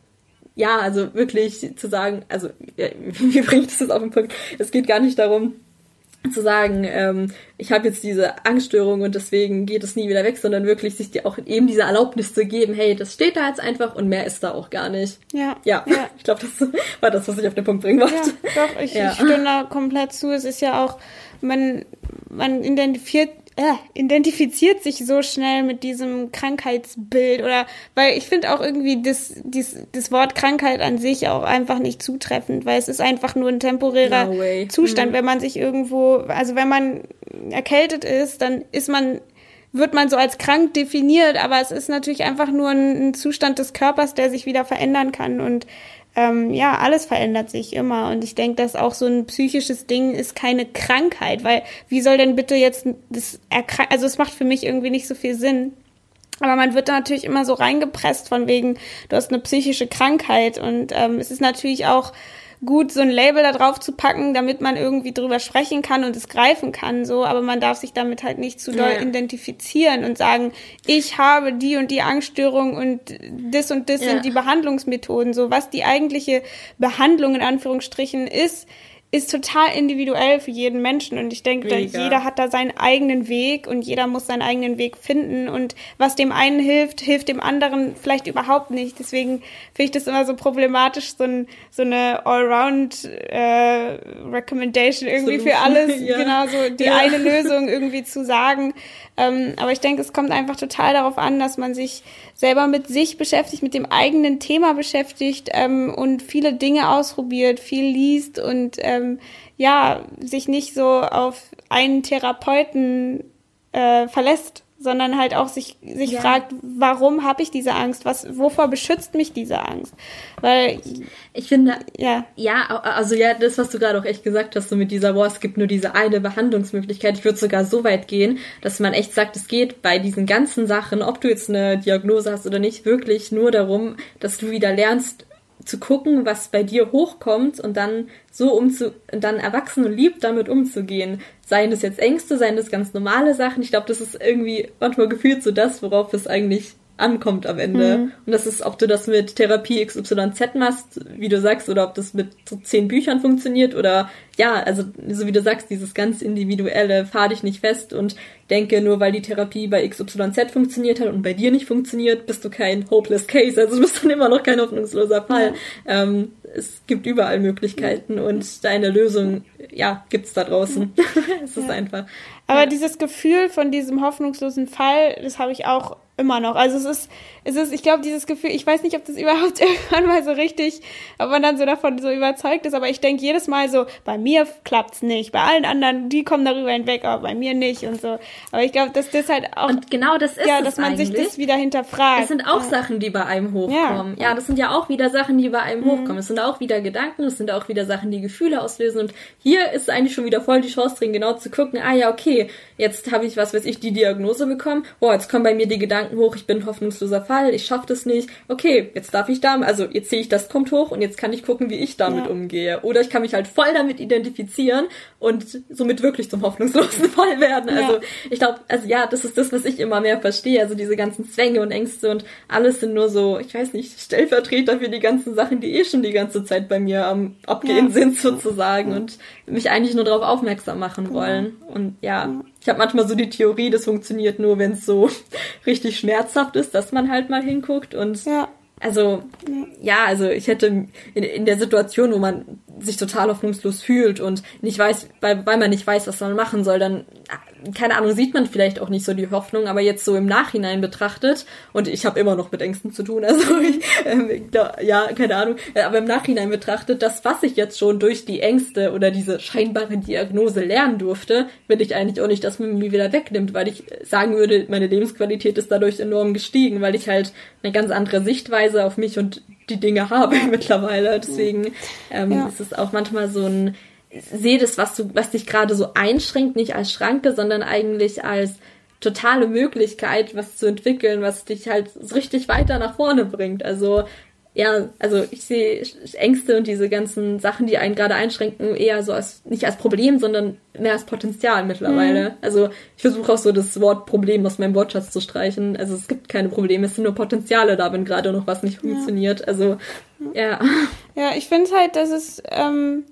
Ja, also wirklich zu sagen, also wie bringe ich das jetzt auf den Punkt? Es geht gar nicht darum, zu sagen, ähm, ich habe jetzt diese Angststörung und deswegen geht es nie wieder weg, sondern wirklich sich dir auch eben diese Erlaubnis zu geben, hey, das steht da jetzt einfach und mehr ist da auch gar nicht. Ja. Ja, ja. Ich glaube, das war das, was ich auf den Punkt bringen wollte. Ja, doch, ich, ja. ich stimme da komplett zu. Es ist ja auch, man, man identifiziert Äh, identifiziert sich so schnell mit diesem Krankheitsbild oder, weil ich finde auch irgendwie das, das, das Wort Krankheit an sich auch einfach nicht zutreffend, weil es ist einfach nur ein temporärer no Zustand, mhm. wenn man sich irgendwo, also wenn man erkältet ist, dann ist man, wird man so als krank definiert, aber es ist natürlich einfach nur ein, ein Zustand des Körpers, der sich wieder verändern kann und Ähm, ja, alles verändert sich immer und ich denke, dass auch so ein psychisches Ding ist keine Krankheit, weil wie soll denn bitte jetzt das erkranken, also es macht für mich irgendwie nicht so viel Sinn, aber man wird da natürlich immer so reingepresst von wegen, du hast eine psychische Krankheit und ähm, es ist natürlich auch gut, so ein Label da drauf zu packen, damit man irgendwie drüber sprechen kann und es greifen kann, so, aber man darf sich damit halt nicht zu doll ja. identifizieren und sagen, ich habe die und die Angststörung und das und das ja. sind die Behandlungsmethoden, so, was die eigentliche Behandlung in Anführungsstrichen ist, ist total individuell für jeden Menschen und ich denke, da jeder hat da seinen eigenen Weg und jeder muss seinen eigenen Weg finden und was dem einen hilft, hilft dem anderen vielleicht überhaupt nicht. Deswegen finde ich das immer so problematisch, so, ein, so eine Allround-Recommendation äh, irgendwie so, für alles, ja. genau so die ja. eine Lösung irgendwie zu sagen. Ähm, aber ich denke, es kommt einfach total darauf an, dass man sich selber mit sich beschäftigt, mit dem eigenen Thema beschäftigt ähm, und viele Dinge ausprobiert, viel liest und ähm, ja, sich nicht so auf einen Therapeuten äh, verlässt, sondern halt auch sich sich ja. fragt, warum habe ich diese Angst? Was, wovor beschützt mich diese Angst? Weil ich finde, ja, ja, also ja, das, was du gerade auch echt gesagt hast, so mit dieser, boah, es gibt nur diese eine Behandlungsmöglichkeit. Ich würde sogar so weit gehen, dass man echt sagt, es geht bei diesen ganzen Sachen, ob du jetzt eine Diagnose hast oder nicht, wirklich nur darum, dass du wieder lernst, zu gucken, was bei dir hochkommt und dann so umzu, dann erwachsen und lieb damit umzugehen. Seien das jetzt Ängste, seien das ganz normale Sachen. Ich glaube, das ist irgendwie manchmal gefühlt so das, worauf es eigentlich ankommt am Ende. Mhm. Und das ist, ob du das mit Therapie X Y Z machst, wie du sagst, oder ob das mit so zehn Büchern funktioniert oder ja, also so wie du sagst, dieses ganz individuelle, fahr dich nicht fest und denke, nur weil die Therapie bei X Y Z funktioniert hat und bei dir nicht funktioniert, bist du kein hopeless case, also du bist dann immer noch kein hoffnungsloser Fall. Ja. Ähm, es gibt überall Möglichkeiten ja. und deine Lösung, ja, gibt's da draußen. Ja. Es ist ja. einfach. Aber ja. dieses Gefühl von diesem hoffnungslosen Fall, das habe ich auch immer noch. Also es ist, es ist, ich glaube, dieses Gefühl, ich weiß nicht, ob das überhaupt irgendwann mal so richtig, ob man dann so davon so überzeugt ist, aber ich denke jedes Mal so, bei mir klappt's nicht, bei allen anderen, die kommen darüber hinweg, aber bei mir nicht und so. Aber ich glaube, dass das halt auch, und genau das ist ja, es dass man eigentlich. sich das wieder hinterfragt. Das sind auch ja. Sachen, die bei einem hochkommen. Ja. ja, das sind ja auch wieder Sachen, die bei einem mhm. hochkommen. Es sind auch wieder Gedanken, es sind auch wieder Sachen, die Gefühle auslösen und hier ist eigentlich schon wieder voll die Chance drin, genau zu gucken, ah ja, okay, jetzt habe ich, was weiß ich, die Diagnose bekommen, boah, jetzt kommen bei mir die Gedanken hoch, ich bin ein hoffnungsloser Fall, ich schaffe das nicht, okay, jetzt darf ich da, also jetzt sehe ich, das kommt hoch und jetzt kann ich gucken, wie ich damit ja. umgehe. Oder ich kann mich halt voll damit identifizieren und somit wirklich zum hoffnungslosen Fall werden. Ja. Also ich glaube, also ja, das ist das, was ich immer mehr verstehe, also diese ganzen Zwänge und Ängste und alles sind nur so, ich weiß nicht, Stellvertreter für die ganzen Sachen, die eh schon die ganze Zeit bei mir am Abgehen ja. sind sozusagen ja. und mich eigentlich nur darauf aufmerksam machen genau. wollen. Und ja, ja. ich habe manchmal so die Theorie, das funktioniert nur, wenn es so richtig schmerzhaft ist, dass man halt mal hinguckt und ja. also ja. ja, also ich hätte in, in der Situation, wo man sich total hoffnungslos fühlt und nicht weiß, weil, weil man nicht weiß, was man machen soll, dann, keine Ahnung, sieht man vielleicht auch nicht so die Hoffnung, aber jetzt so im Nachhinein betrachtet, und ich habe immer noch mit Ängsten zu tun, also ich, ähm, ja, keine Ahnung, aber im Nachhinein betrachtet, das, was ich jetzt schon durch die Ängste oder diese scheinbare Diagnose lernen durfte, will ich eigentlich auch nicht, dass man mir wieder wegnimmt, weil ich sagen würde, meine Lebensqualität ist dadurch enorm gestiegen, weil ich halt eine ganz andere Sichtweise auf mich und die Dinge habe mittlerweile. Deswegen ähm, ja. ist es auch manchmal so ein, sehe das, was du, was dich gerade so einschränkt, nicht als Schranke, sondern eigentlich als totale Möglichkeit, was zu entwickeln, was dich halt so richtig weiter nach vorne bringt. Also ja, also ich sehe Ängste und diese ganzen Sachen, die einen gerade einschränken, eher so als, nicht als Problem, sondern mehr als Potenzial mittlerweile. Mhm. Also ich versuche auch so das Wort Problem aus meinem Wortschatz zu streichen. Also es gibt keine Probleme, es sind nur Potenziale da, wenn gerade noch was nicht funktioniert. Ja. Also, ja. Ja, ich finde halt, dass es ähm,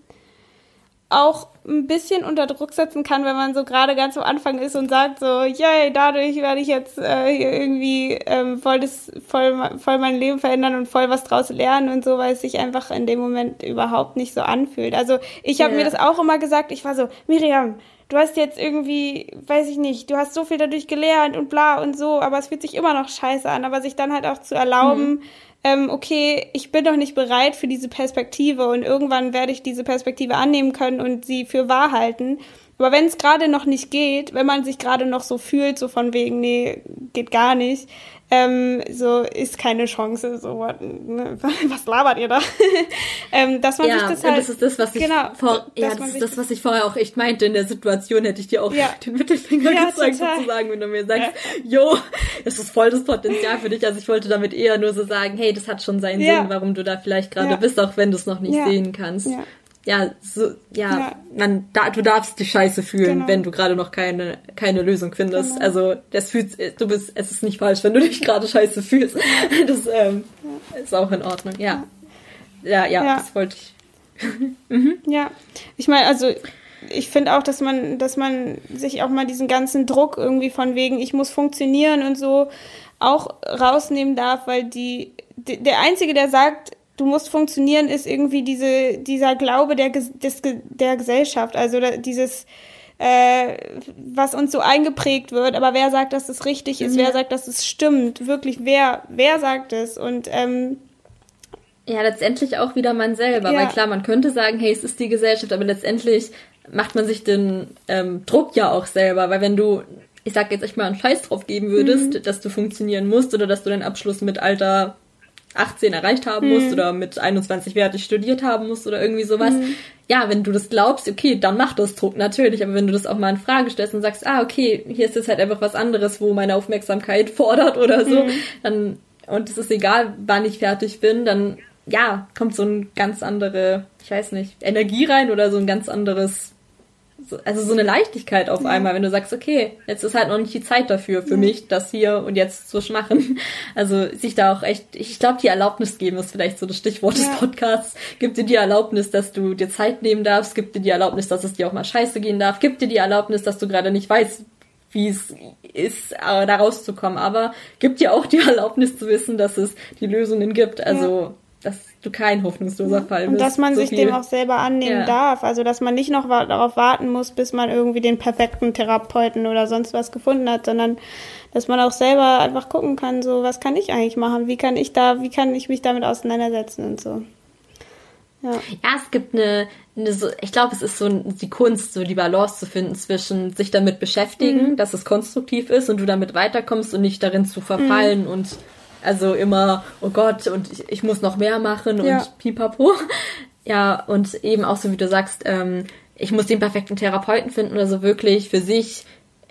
auch ein bisschen unter Druck setzen kann, wenn man so gerade ganz am Anfang ist und sagt so, yay, dadurch werde ich jetzt äh, hier irgendwie ähm, voll, das, voll, voll mein Leben verändern und voll was draus lernen und so, weil es sich einfach in dem Moment überhaupt nicht so anfühlt. Also ich habe yeah. mir das auch immer gesagt, ich war so, Miriam, du hast jetzt irgendwie, weiß ich nicht, du hast so viel dadurch gelernt und bla und so, aber es fühlt sich immer noch scheiße an, aber sich dann halt auch zu erlauben, mhm. ähm, okay, ich bin doch nicht bereit für diese Perspektive und irgendwann werde ich diese Perspektive annehmen können und sie für wahr halten. Aber wenn es gerade noch nicht geht, wenn man sich gerade noch so fühlt, so von wegen, nee, geht gar nicht, ähm, so ist keine Chance, so, ne, was labert ihr da? ähm, dass man ja, sich das halt... das ist das, was ich genau, vor, ja, das ist das, was ich vorher auch echt meinte. In der Situation hätte ich dir auch ja. den Mittelfinger ja, gezeigt, total. sozusagen, wenn du mir sagst, jo, das ist voll das Potenzial für dich. Also ich wollte damit eher nur so sagen, hey, das hat schon seinen ja. Sinn, warum du da vielleicht gerade ja. bist, auch wenn du es noch nicht ja. sehen kannst. Ja. Ja, so, ja, ja. man, da, du darfst die Scheiße fühlen, genau. wenn du gerade noch keine, keine Lösung findest. Genau. Also, das fühlt, du bist, es ist nicht falsch, wenn du dich gerade scheiße fühlst. Das, ähm, ja. ist auch in Ordnung, ja. Ja, ja, ja. das wollte ich. mhm. Ja, ich meine, also, ich finde auch, dass man, dass man sich auch mal diesen ganzen Druck irgendwie von wegen, ich muss funktionieren und so auch rausnehmen darf, weil die, die der Einzige, der sagt, du musst funktionieren, ist irgendwie diese, dieser Glaube der, des, der Gesellschaft, also dieses, äh, was uns so eingeprägt wird, aber wer sagt, dass es richtig ist, mhm. wer sagt, dass es stimmt, wirklich, wer, wer sagt es und, ähm, ja, letztendlich auch wieder man selber, ja. weil klar, man könnte sagen, hey, es ist die Gesellschaft, aber letztendlich macht man sich den ähm, Druck ja auch selber, weil wenn du, ich sag jetzt echt mal einen Scheiß drauf geben würdest, mhm. dass du funktionieren musst oder dass du deinen Abschluss mit Alter achtzehn erreicht haben musst mhm. oder mit einundzwanzig fertig studiert haben musst oder irgendwie sowas. Mhm. Ja, wenn du das glaubst, okay, dann macht das Druck natürlich, aber wenn du das auch mal in Frage stellst und sagst, ah, okay, hier ist jetzt halt einfach was anderes, wo meine Aufmerksamkeit fordert oder so, mhm. dann, und es ist egal, wann ich fertig bin, dann, ja, kommt so ein ganz andere, ich weiß nicht, Energie rein oder so ein ganz anderes, so, also so eine Leichtigkeit auf Ja. einmal, wenn du sagst, okay, jetzt ist halt noch nicht die Zeit dafür, für ja. mich, das hier und jetzt zu machen. Also sich da auch echt, ich glaube, die Erlaubnis geben ist vielleicht so das Stichwort ja. des Podcasts. Gibt dir die Erlaubnis, dass du dir Zeit nehmen darfst, gibt dir die Erlaubnis, dass es dir auch mal scheiße gehen darf, gibt dir die Erlaubnis, dass du gerade nicht weißt, wie es ist, äh, da rauszukommen, aber gibt dir auch die Erlaubnis zu wissen, dass es die Lösungen gibt, also ja. dass du kein hoffnungsloser Fall bist. Und dass man so sich viel. dem auch selber annehmen ja. darf. Also, dass man nicht noch wa- darauf warten muss, bis man irgendwie den perfekten Therapeuten oder sonst was gefunden hat, sondern dass man auch selber einfach gucken kann, so, was kann ich eigentlich machen? Wie kann ich da, wie kann ich mich damit auseinandersetzen und so. Ja, ja es gibt eine, eine so, ich glaube, es ist so die Kunst, so die Balance zu finden zwischen sich damit beschäftigen, mhm. dass es konstruktiv ist und du damit weiterkommst und nicht darin zu verfallen mhm. und also immer, oh Gott, und ich, ich muss noch mehr machen ja. und pipapo. Ja, und eben auch so, wie du sagst, ähm, ich muss den perfekten Therapeuten finden oder so wirklich für sich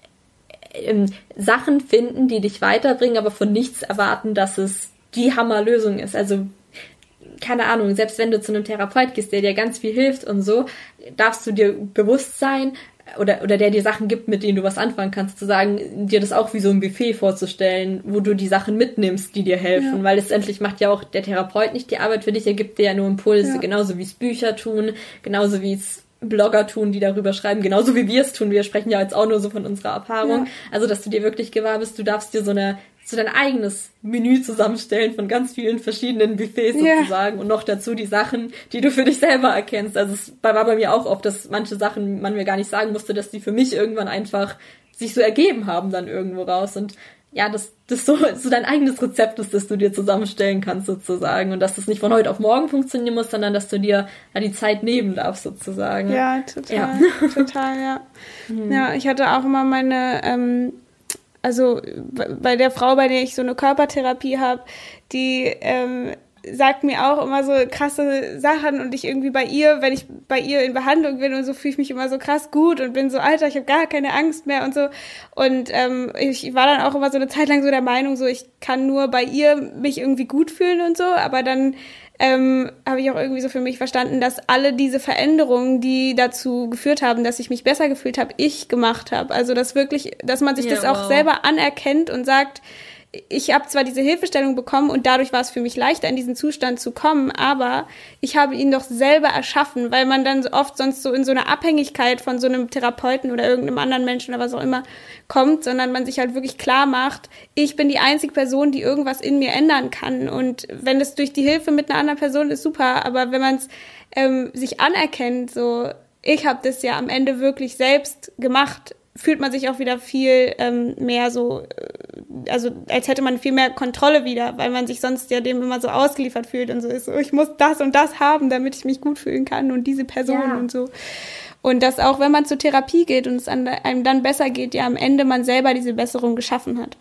ähm, Sachen finden, die dich weiterbringen, aber von nichts erwarten, dass es die Hammerlösung ist. Also, keine Ahnung, selbst wenn du zu einem Therapeut gehst, der dir ganz viel hilft und so, darfst du dir bewusst sein, oder oder der dir Sachen gibt, mit denen du was anfangen kannst, zu sagen, dir das auch wie so ein Buffet vorzustellen, wo du die Sachen mitnimmst, die dir helfen, ja. weil letztendlich macht ja auch der Therapeut nicht die Arbeit für dich, er gibt dir ja nur Impulse, ja. genauso wie es Bücher tun, genauso wie es Blogger tun, die darüber schreiben, genauso wie wir es tun, wir sprechen ja jetzt auch nur so von unserer Erfahrung, ja. also dass du dir wirklich gewahr bist, du darfst dir so eine so dein eigenes Menü zusammenstellen von ganz vielen verschiedenen Buffets sozusagen yeah. und noch dazu die Sachen, die du für dich selber erkennst. Also es war bei mir auch oft, dass manche Sachen man mir gar nicht sagen musste, dass die für mich irgendwann einfach sich so ergeben haben dann irgendwo raus. Und ja, dass das so, so dein eigenes Rezept ist, das du dir zusammenstellen kannst sozusagen und dass das nicht von heute auf morgen funktionieren muss, sondern dass du dir ja die Zeit nehmen darfst sozusagen. Ja, total, ja. total, ja. Mhm. Ja, ich hatte auch immer meine... Ähm Also bei der Frau, bei der ich so eine Körpertherapie habe, die ähm, sagt mir auch immer so krasse Sachen und ich irgendwie bei ihr, wenn ich bei ihr in Behandlung bin und so, fühle ich mich immer so krass gut und bin so, Alter, ich habe gar keine Angst mehr und so. Und ähm, ich war dann auch immer so eine Zeit lang so der Meinung, so ich kann nur bei ihr mich irgendwie gut fühlen und so, aber dann ähm, habe ich auch irgendwie so für mich verstanden, dass alle diese Veränderungen, die dazu geführt haben, dass ich mich besser gefühlt habe, ich gemacht habe. Also dass wirklich, dass man sich ja, das auch wow. selber anerkennt und sagt, ich habe zwar diese Hilfestellung bekommen und dadurch war es für mich leichter, in diesen Zustand zu kommen, aber ich habe ihn doch selber erschaffen, weil man dann so oft sonst so in so eine Abhängigkeit von so einem Therapeuten oder irgendeinem anderen Menschen oder was auch immer kommt, sondern man sich halt wirklich klar macht, ich bin die einzige Person, die irgendwas in mir ändern kann und wenn es durch die Hilfe mit einer anderen Person ist, super, aber wenn man es ähm, sich anerkennt, so ich habe das ja am Ende wirklich selbst gemacht, fühlt man sich auch wieder viel ähm, mehr so, äh, also als hätte man viel mehr Kontrolle wieder, weil man sich sonst ja dem immer so ausgeliefert fühlt und so ist, so, ich muss das und das haben, damit ich mich gut fühlen kann und diese Person ja. und so. Und dass auch, wenn man zur Therapie geht und es einem dann besser geht, ja am Ende man selber diese Besserung geschaffen hat.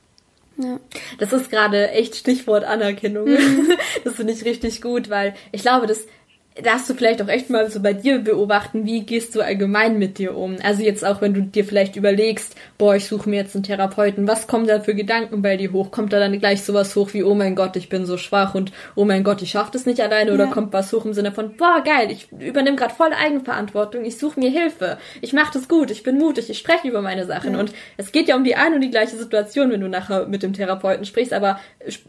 Ja. Das ist gerade echt Stichwort Anerkennung. Mhm. Das finde ich richtig gut, weil ich glaube, das darfst du vielleicht auch echt mal so bei dir beobachten, wie gehst du allgemein mit dir um? Also jetzt auch, wenn du dir vielleicht überlegst, boah, ich suche mir jetzt einen Therapeuten, was kommen da für Gedanken bei dir hoch? Kommt da dann gleich sowas hoch wie, oh mein Gott, ich bin so schwach und oh mein Gott, ich schaffe das nicht alleine? Oder ja. kommt was hoch im Sinne von, boah, geil, ich übernehme gerade voll Eigenverantwortung, ich suche mir Hilfe, ich mache das gut, ich bin mutig, ich spreche über meine Sachen. Ja. Und es geht ja um die eine und die gleiche Situation, wenn du nachher mit dem Therapeuten sprichst, aber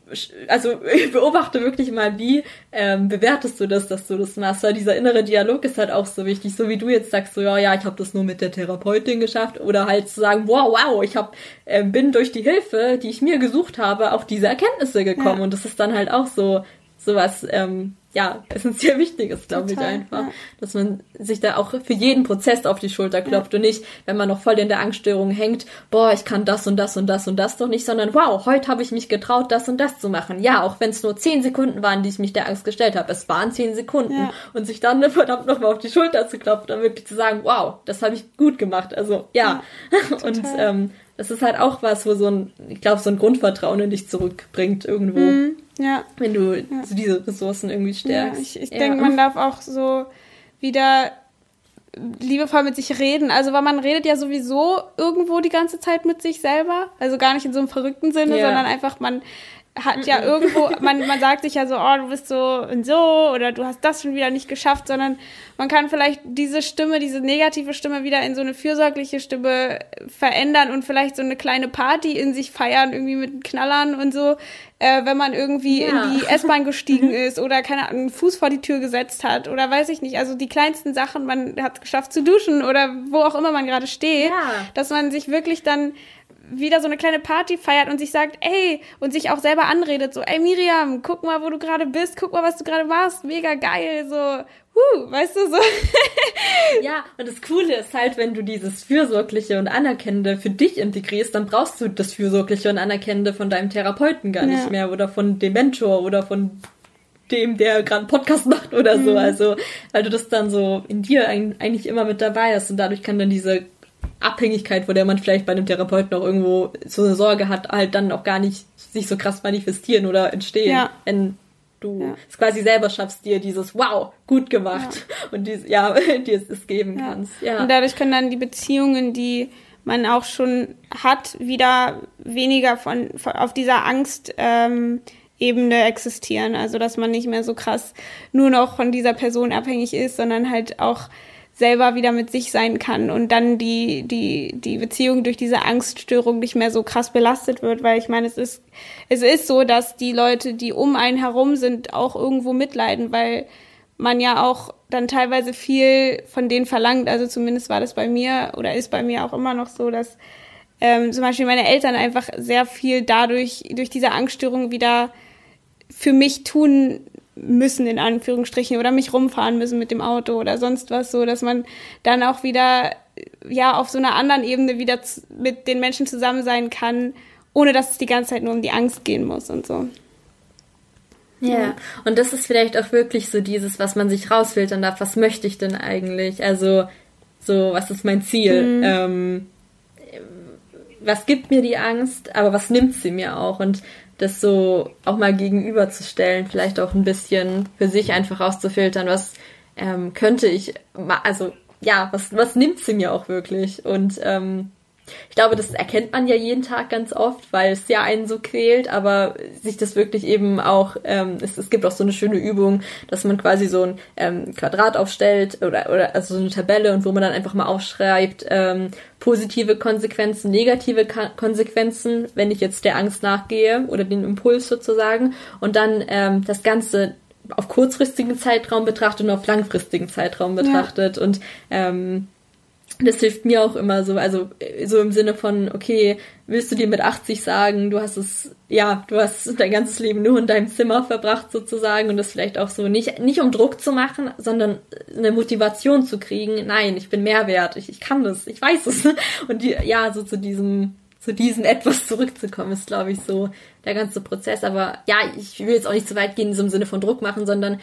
also ich beobachte wirklich mal, wie ähm, bewertest du das, dass du das machst, weil dieser innere Dialog ist halt auch so wichtig, so wie du jetzt sagst, so ja, ja, ich habe das nur mit der Therapeutin geschafft oder halt zu sagen, wow, wow, ich hab, äh, bin durch die Hilfe, die ich mir gesucht habe, auf diese Erkenntnisse gekommen ja. und das ist dann halt auch so sowas, ähm, ja, essentiell Wichtiges, glaube ich einfach, ja. dass man sich da auch für jeden Prozess auf die Schulter klopft ja. und nicht, wenn man noch voll in der Angststörung hängt, boah, ich kann das und das und das und das doch nicht, sondern wow, heute habe ich mich getraut, das und das zu machen. Ja, auch wenn es nur zehn Sekunden waren, die ich mich der Angst gestellt habe. Es waren zehn Sekunden. Ja. Und sich dann verdammt nochmal auf die Schulter zu klopfen und wirklich zu sagen, wow, das habe ich gut gemacht. Also, ja. ja und ähm, das ist halt auch was, wo so ein, ich glaube, so ein Grundvertrauen in dich zurückbringt irgendwo. Mhm. Ja. Wenn du ja. so diese Ressourcen irgendwie stärkst. Ja, ich ich ja. denke, man darf auch so wieder liebevoll mit sich reden. Also, weil man redet ja sowieso irgendwo die ganze Zeit mit sich selber. Also gar nicht in so einem verrückten Sinne, ja. sondern einfach, man hat ja irgendwo, man, man sagt sich ja so, oh, du bist so und so oder du hast das schon wieder nicht geschafft, sondern man kann vielleicht diese Stimme, diese negative Stimme wieder in so eine fürsorgliche Stimme verändern und vielleicht so eine kleine Party in sich feiern, irgendwie mit Knallern und so, äh, wenn man irgendwie ja. in die S-Bahn gestiegen ist oder, keine Ahnung, einen Fuß vor die Tür gesetzt hat oder weiß ich nicht, also die kleinsten Sachen, man hat es geschafft zu duschen oder wo auch immer man gerade steht, ja. dass man sich wirklich dann wieder so eine kleine Party feiert und sich sagt, ey, und sich auch selber anredet, so, ey Miriam, guck mal, wo du gerade bist, guck mal, was du gerade machst, mega geil, so, huh, weißt du, so. Ja, und das Coole ist halt, wenn du dieses Fürsorgliche und Anerkennende für dich integrierst, dann brauchst du das Fürsorgliche und Anerkennende von deinem Therapeuten gar nicht ja. mehr oder von dem Mentor oder von dem, der gerade einen Podcast macht oder mhm. so, also, weil du das dann so in dir eigentlich immer mit dabei hast und dadurch kann dann diese Abhängigkeit, vor der man vielleicht bei einem Therapeuten auch irgendwo so eine Sorge hat, halt dann auch gar nicht sich so krass manifestieren oder entstehen, ja. wenn du ja. es quasi selber schaffst, dir dieses Wow, gut gemacht ja. und dies, ja, dir es geben ja. kannst. Ja. Und dadurch können dann die Beziehungen, die man auch schon hat, wieder weniger von, von auf dieser Angst ähm, Ebene existieren. Also, dass man nicht mehr so krass nur noch von dieser Person abhängig ist, sondern halt auch selber wieder mit sich sein kann und dann die die die Beziehung durch diese Angststörung nicht mehr so krass belastet wird, weil ich meine, es ist es ist so, dass die Leute, die um einen herum sind, auch irgendwo mitleiden, weil man ja auch dann teilweise viel von denen verlangt, also zumindest war das bei mir oder ist bei mir auch immer noch so, dass ähm, zum Beispiel meine Eltern einfach sehr viel dadurch, durch diese Angststörung wieder für mich tun müssen, in Anführungsstrichen, oder mich rumfahren müssen mit dem Auto oder sonst was, so, dass man dann auch wieder, ja, auf so einer anderen Ebene wieder z- mit den Menschen zusammen sein kann, ohne dass es die ganze Zeit nur um die Angst gehen muss und so. Ja, ja. Und das ist vielleicht auch wirklich so dieses, was man sich rausfiltern darf, was möchte ich denn eigentlich? Also, so, was ist mein Ziel? Mhm. Ähm, was gibt mir die Angst, aber was nimmt sie mir auch? Und das so auch mal gegenüberzustellen, vielleicht auch ein bisschen für sich einfach rauszufiltern, was ähm, könnte ich, also ja, was was nimmt sie mir auch wirklich? Und ähm, ich glaube, das erkennt man ja jeden Tag ganz oft, weil es ja einen so quält, aber sich das wirklich eben auch, ähm, es, es gibt auch so eine schöne Übung, dass man quasi so ein ähm, Quadrat aufstellt oder oder also so eine Tabelle und wo man dann einfach mal aufschreibt, ähm, positive Konsequenzen, negative Ka- Konsequenzen, wenn ich jetzt der Angst nachgehe oder den Impuls sozusagen und dann ähm, das Ganze auf kurzfristigen Zeitraum betrachtet und auf langfristigen Zeitraum betrachtet ja. und ähm, das hilft mir auch immer so, also so im Sinne von, okay, willst du dir mit achtzig sagen, du hast es, ja, du hast dein ganzes Leben nur in deinem Zimmer verbracht sozusagen und das vielleicht auch so nicht nicht um Druck zu machen, sondern eine Motivation zu kriegen, nein, ich bin mehr wert, ich, ich kann das, ich weiß es. Und die, ja, so zu diesem, zu diesem etwas zurückzukommen, ist, glaube ich, so der ganze Prozess. Aber ja, ich will jetzt auch nicht zu weit gehen in so einem Sinne von Druck machen, sondern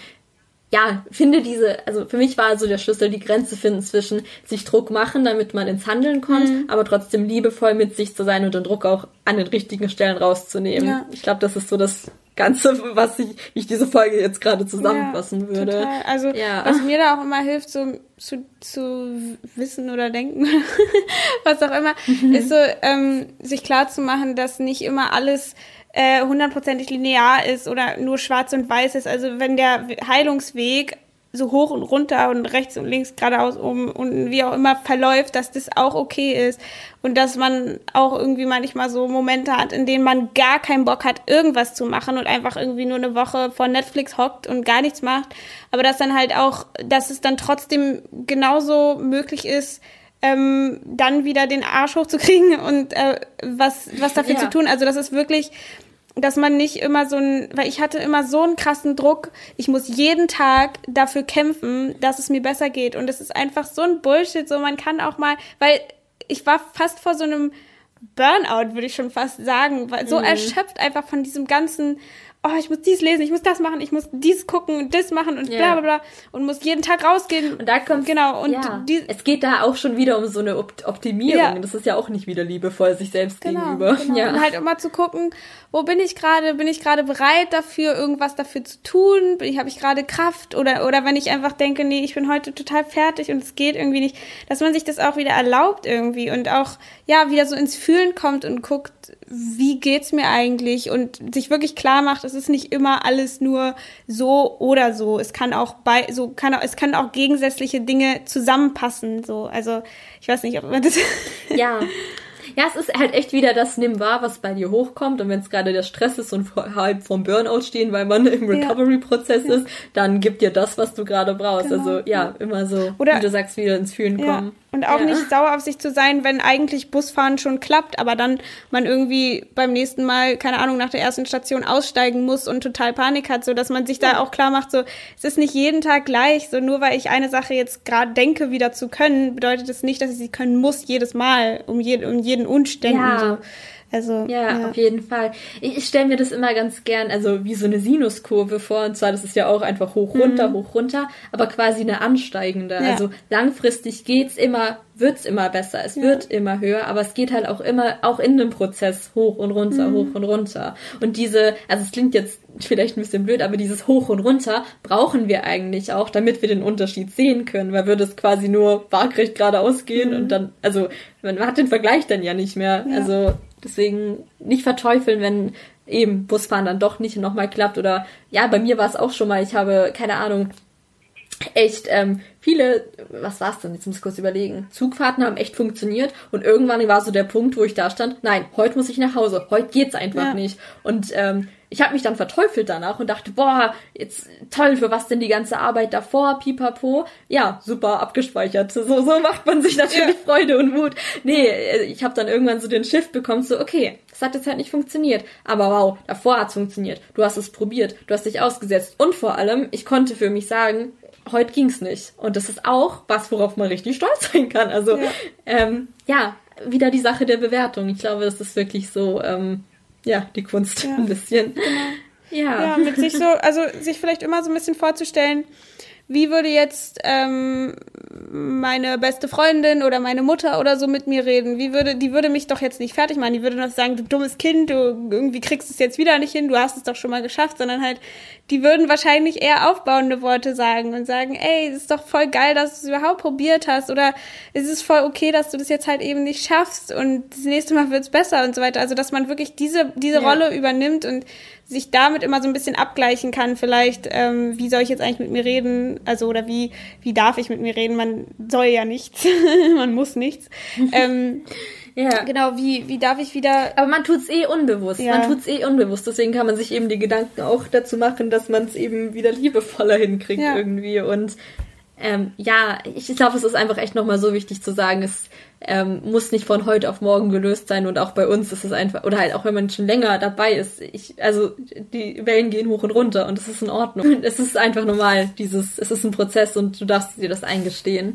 ja, finde diese, also für mich war so der Schlüssel, die Grenze finden zwischen sich Druck machen, damit man ins Handeln kommt, mhm. aber trotzdem liebevoll mit sich zu sein und den Druck auch an den richtigen Stellen rauszunehmen. Ja. Ich glaube, das ist so das Ganze, was ich, wie ich diese Folge jetzt gerade zusammenfassen ja, würde. Total. Also, ja. was mir da auch immer hilft, so zu, zu wissen oder denken, was auch immer, mhm. ist so, ähm, sich klar zu machen, dass nicht immer alles äh, hundertprozentig linear ist oder nur schwarz und weiß ist. Also wenn der Heilungsweg so hoch und runter und rechts und links, geradeaus, oben und wie auch immer verläuft, dass das auch okay ist und dass man auch irgendwie manchmal so Momente hat, in denen man gar keinen Bock hat, irgendwas zu machen und einfach irgendwie nur eine Woche vor Netflix hockt und gar nichts macht, aber dass dann halt auch, dass es dann trotzdem genauso möglich ist, ähm, dann wieder den Arsch hochzukriegen und äh, was was dafür ja. zu tun. Also das ist wirklich, dass man nicht immer so ein, weil ich hatte immer so einen krassen Druck, ich muss jeden Tag dafür kämpfen, dass es mir besser geht und das ist einfach so ein Bullshit, so man kann auch mal, weil ich war fast vor so einem Burnout, würde ich schon fast sagen, weil so mhm. erschöpft einfach von diesem ganzen oh, ich muss dies lesen, ich muss das machen, ich muss dies gucken, das machen und bla bla bla und muss jeden Tag rausgehen. Und da kommt genau und ja. die, es geht da auch schon wieder um so eine Optimierung. Ja. Das ist ja auch nicht wieder liebevoll sich selbst genau, gegenüber. Genau. Ja. Und halt immer zu gucken, wo bin ich gerade, bin ich gerade bereit dafür, irgendwas dafür zu tun? Habe ich gerade Kraft? Oder oder wenn ich einfach denke, nee, ich bin heute total fertig und es geht irgendwie nicht, dass man sich das auch wieder erlaubt irgendwie und auch ja wieder so ins Fühlen kommt und guckt, wie geht's mir eigentlich und sich wirklich klar macht, es ist nicht immer alles nur so oder so. Es kann auch bei so kann auch, es kann auch gegensätzliche Dinge zusammenpassen. So, also ich weiß nicht, ob man das ja. Ja, es ist halt echt wieder das Nimm wahr, was bei dir hochkommt. Und wenn es gerade der Stress ist und halb vom Burnout stehen, weil man im Recovery-Prozess ja. ist, dann gibt dir das, was du gerade brauchst. Genau. Also ja, immer so, oder, wie du sagst, wieder ins Fühlen ja. kommen. Und auch ja. nicht sauer auf sich zu sein, wenn eigentlich Busfahren schon klappt, aber dann man irgendwie beim nächsten Mal, keine Ahnung, nach der ersten Station aussteigen muss und total Panik hat, so dass man sich ja. da auch klar macht, so es ist nicht jeden Tag gleich, so nur weil ich eine Sache jetzt gerade denke, wieder zu können, bedeutet das nicht, dass ich sie können muss jedes Mal, um, je, um jeden Umständen ja. so. Also, ja, ja, auf jeden Fall. Ich, ich stelle mir das immer ganz gern, also wie so eine Sinuskurve vor, und zwar, das ist ja auch einfach hoch, runter, mhm. hoch, runter, aber quasi eine ansteigende. Ja. Also langfristig geht's immer, wird's immer besser, es ja. wird immer höher, aber es geht halt auch immer, auch in dem Prozess hoch und runter, mhm. hoch und runter. Und diese, also es klingt jetzt vielleicht ein bisschen blöd, aber dieses Hoch und Runter brauchen wir eigentlich auch, damit wir den Unterschied sehen können, weil würde es quasi nur waagrecht geradeaus gehen mhm. und dann, also man hat den Vergleich dann ja nicht mehr, ja. also deswegen nicht verteufeln, wenn eben Busfahren dann doch nicht nochmal klappt oder ja, bei mir war es auch schon mal, ich habe, keine Ahnung, echt ähm, viele, was war's denn, jetzt muss ich kurz überlegen, Zugfahrten haben echt funktioniert und irgendwann war so der Punkt, wo ich da stand, nein, heute muss ich nach Hause, heute geht's einfach ja. nicht und ähm, ich habe mich dann verteufelt danach und dachte, boah, jetzt toll, für was denn die ganze Arbeit davor, pipapo. Ja, super, abgespeichert. So, so macht man sich natürlich ja. Freude und Mut. Nee, ich habe dann irgendwann so den Shift bekommen, so okay, das hat jetzt halt nicht funktioniert. Aber wow, davor hat's funktioniert. Du hast es probiert, du hast dich ausgesetzt. Und vor allem, ich konnte für mich sagen, heute ging's nicht. Und das ist auch was, worauf man richtig stolz sein kann. Also, ja, ähm, ja wieder die Sache der Bewertung. Ich glaube, das ist wirklich so... Ähm, ja, die Kunst ja. ein bisschen. Genau. Ja. Ja, mit sich so, also sich vielleicht immer so ein bisschen vorzustellen, wie würde jetzt ähm, meine beste Freundin oder meine Mutter oder so mit mir reden? Wie würde, die würde mich doch jetzt nicht fertig machen. Die würde noch sagen, du dummes Kind, du irgendwie kriegst es jetzt wieder nicht hin, du hast es doch schon mal geschafft, sondern halt, die würden wahrscheinlich eher aufbauende Worte sagen und sagen, ey, es ist doch voll geil, dass du es überhaupt probiert hast oder es ist voll okay, dass du das jetzt halt eben nicht schaffst und das nächste Mal wird's besser und so weiter. Also, dass man wirklich diese, diese ja. Rolle übernimmt und sich damit immer so ein bisschen abgleichen kann, vielleicht, ähm, wie soll ich jetzt eigentlich mit mir reden, also, oder wie, wie darf ich mit mir reden, man soll ja nichts, man muss nichts, ähm, ja. Genau, wie, wie darf ich wieder... Aber man tut's eh unbewusst, ja. man tut's eh unbewusst, deswegen kann man sich eben die Gedanken auch dazu machen, dass man es eben wieder liebevoller hinkriegt ja. irgendwie und ähm, ja, ich, ich glaube, es ist einfach echt nochmal so wichtig zu sagen, es ähm, muss nicht von heute auf morgen gelöst sein und auch bei uns ist es einfach, oder halt auch wenn man schon länger dabei ist, ich, also die Wellen gehen hoch und runter und es ist in Ordnung. Es ist einfach normal, dieses, es ist ein Prozess und du darfst dir das eingestehen.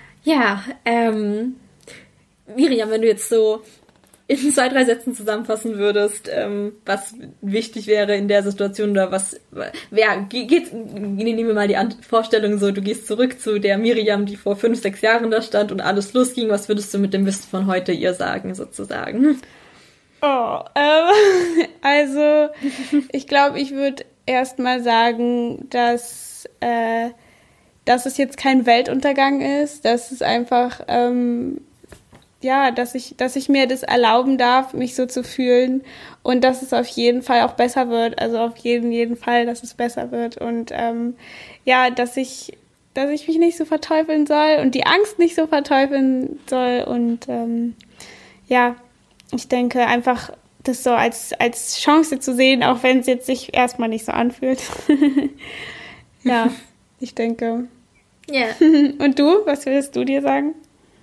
Ja, ähm, Miriam, wenn du jetzt so in zwei, drei Sätzen zusammenfassen würdest, ähm, was wichtig wäre in der Situation oder was, ja, geht, nehmen wir mal die Vorstellung so, du gehst zurück zu der Miriam, die vor fünf, sechs Jahren da stand und alles losging, was würdest du mit dem Wissen von heute ihr sagen, sozusagen? Oh, ähm, also, ich glaube, ich würde erst mal sagen, dass, äh, dass es jetzt kein Weltuntergang ist, dass es einfach, ähm, ja, dass ich, dass ich mir das erlauben darf, mich so zu fühlen und dass es auf jeden Fall auch besser wird, also auf jeden, jeden Fall, dass es besser wird und ähm, ja, dass ich, dass ich mich nicht so verteufeln soll und die Angst nicht so verteufeln soll und ähm, ja, ich denke einfach, das so als, als Chance zu sehen, auch wenn es jetzt sich erstmal nicht so anfühlt. Ja, ich denke. Ja. Und du, was würdest du dir sagen?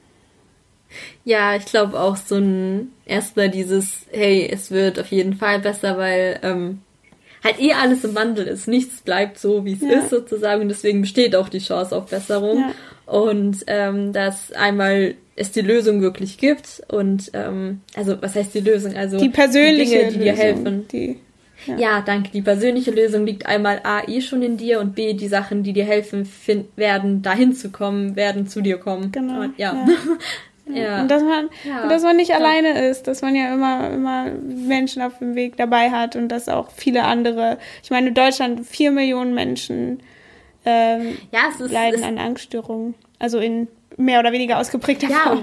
Ja, ich glaube auch so ein, erstmal dieses, hey, es wird auf jeden Fall besser, weil ähm, halt eh alles im Wandel ist. Nichts bleibt so, wie es ja. ist sozusagen und deswegen besteht auch die Chance auf Besserung. Ja. Und ähm, dass einmal es die Lösung wirklich gibt und ähm, also was heißt die Lösung? Also die persönliche die Dinge, die dir helfen. Die Ja. ja, danke. Die persönliche Lösung liegt einmal A, eh schon in dir und B, die Sachen, die dir helfen find, werden, dahin zu kommen, werden zu dir kommen. Genau. Und, ja. ja. ja. Und dass man, ja. und dass man nicht ja. alleine ist, dass man ja immer, immer Menschen auf dem Weg dabei hat und dass auch viele andere, ich meine, in Deutschland vier Millionen Menschen ähm, ja, es ist, leiden es an Angststörungen. Also in mehr oder weniger ausgeprägter ja, Form.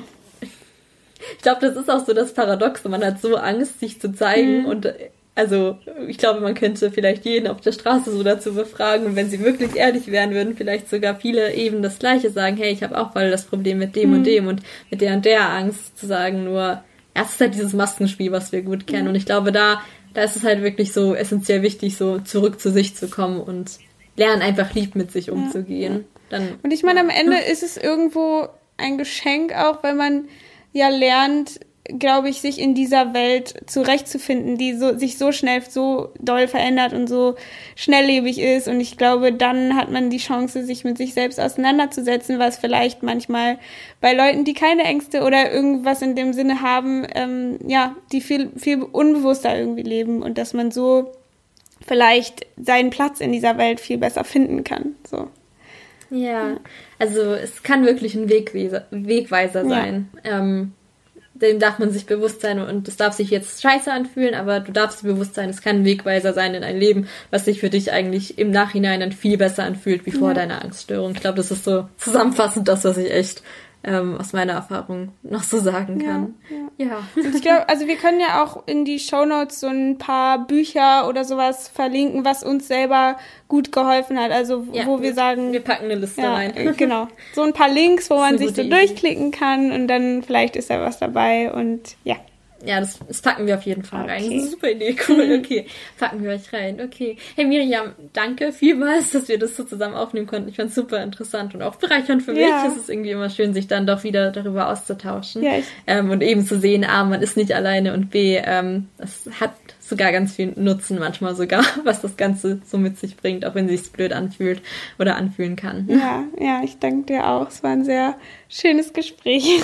Ich glaube, das ist auch so das Paradoxe. Man hat so Angst, sich zu zeigen. Mhm. Und also ich glaube, man könnte vielleicht jeden auf der Straße so dazu befragen. Und wenn sie wirklich ehrlich wären, würden vielleicht sogar viele eben das Gleiche sagen. Hey, ich habe auch voll das Problem mit dem mhm. und dem und mit der und der Angst zu sagen. Nur, es ist halt dieses Maskenspiel, was wir gut kennen. Mhm. Und ich glaube, da, da ist es halt wirklich so essentiell wichtig, so zurück zu sich zu kommen und lernen, einfach lieb mit sich umzugehen. Ja. Dann, und ich meine, am Ende ist es irgendwo ein Geschenk auch, weil man ja lernt, glaube ich, sich in dieser Welt zurechtzufinden, die so, sich so schnell, so doll verändert und so schnelllebig ist. Und ich glaube, dann hat man die Chance, sich mit sich selbst auseinanderzusetzen, was vielleicht manchmal bei Leuten, die keine Ängste oder irgendwas in dem Sinne haben, ähm, ja, die viel, viel unbewusster irgendwie leben und dass man so vielleicht seinen Platz in dieser Welt viel besser finden kann, so. Ja, also es kann wirklich ein Wegweiser, Wegweiser sein. Ja. Ähm, dem darf man sich bewusst sein und es darf sich jetzt scheiße anfühlen, aber du darfst dir bewusst sein, es kann ein Wegweiser sein in ein Leben, was sich für dich eigentlich im Nachhinein dann viel besser anfühlt, wie vor ja. deiner Angststörung. Ich glaube, das ist so zusammenfassend das, was ich echt ähm, aus meiner Erfahrung noch so sagen kann. Ja. ja. ja. Und ich glaube, also wir können ja auch in die Shownotes so ein paar Bücher oder sowas verlinken, was uns selber gut geholfen hat. Also ja, wo wir sagen... Wir packen eine Liste ja, rein. Genau. So ein paar Links, wo man sich so Idee. durchklicken kann und dann vielleicht ist da was dabei und ja. Ja, das, das packen wir auf jeden Fall okay. rein. Das ist eine super Idee, cool, okay. Packen wir euch rein, okay. Hey Miriam, danke vielmals, dass wir das so zusammen aufnehmen konnten. Ich fand es super interessant und auch bereichernd für ja. mich. Es ist irgendwie immer schön, sich dann doch wieder darüber auszutauschen. Ja, ich ähm, und eben zu sehen, A, man ist nicht alleine und B, ähm, es hat sogar ganz viel Nutzen manchmal sogar, was das Ganze so mit sich bringt, auch wenn es sich blöd anfühlt oder anfühlen kann. Ja, ja, ich danke dir auch. Es war ein sehr schönes Gespräch.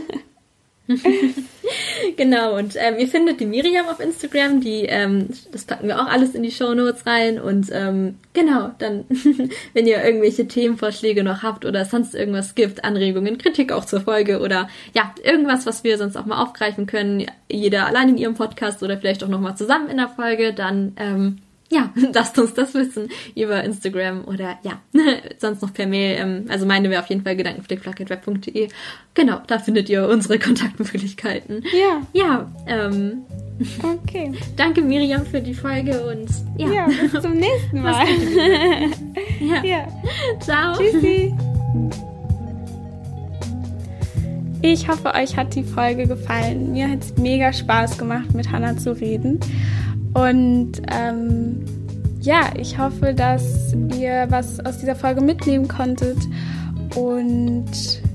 Genau, und ähm, ihr findet die Miriam auf Instagram, die ähm, das packen wir auch alles in die Shownotes rein und ähm, genau, dann wenn ihr irgendwelche Themenvorschläge noch habt oder sonst irgendwas gibt, Anregungen, Kritik auch zur Folge oder ja, irgendwas, was wir sonst auch mal aufgreifen können, jeder allein in ihrem Podcast oder vielleicht auch nochmal zusammen in der Folge, dann ähm, ja, lasst uns das wissen über Instagram oder ja, sonst noch per Mail. Ähm, also meine wäre auf jeden Fall gedankenflickflack at web punkt de. Genau, da findet ihr unsere Kontaktmöglichkeiten. Ja. Ja, ähm, okay. Danke Miriam für die Folge und ja. Ja, bis zum nächsten Mal. ja. ja. Ciao. Tschüssi. Ich hoffe, euch hat die Folge gefallen. Mir hat es mega Spaß gemacht, mit Hannah zu reden. Und ähm, ja, ich hoffe, dass ihr was aus dieser Folge mitnehmen konntet. Und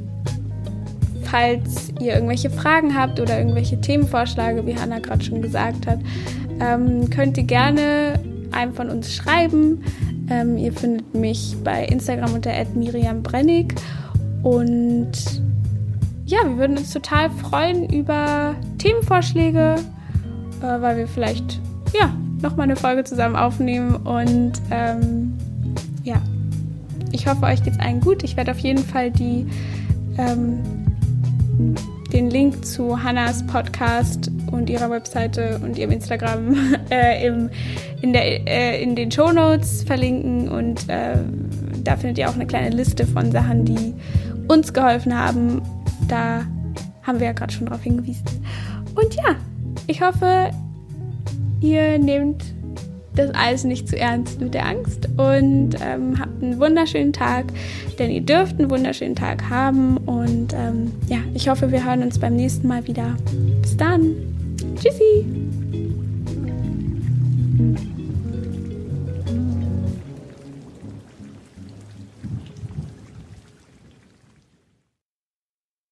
falls ihr irgendwelche Fragen habt oder irgendwelche Themenvorschläge, wie Hannah gerade schon gesagt hat, ähm, könnt ihr gerne einem von uns schreiben. Ähm, ihr findet mich bei Instagram unter at miriam brennig. Und ja, wir würden uns total freuen über Themenvorschläge, äh, weil wir vielleicht ja, nochmal eine Folge zusammen aufnehmen und ähm, ja, ich hoffe, euch geht's allen gut. Ich werde auf jeden Fall die ähm, den Link zu Hannahs Podcast und ihrer Webseite und ihrem Instagram äh, im, in, der, äh, in den Shownotes verlinken und äh, da findet ihr auch eine kleine Liste von Sachen, die uns geholfen haben. Da haben wir ja gerade schon drauf hingewiesen. Und ja, ich hoffe, ihr nehmt das alles nicht zu ernst mit der Angst und ähm, habt einen wunderschönen Tag, denn ihr dürft einen wunderschönen Tag haben und ähm, ja, ich hoffe, wir hören uns beim nächsten Mal wieder. Bis dann. Tschüssi.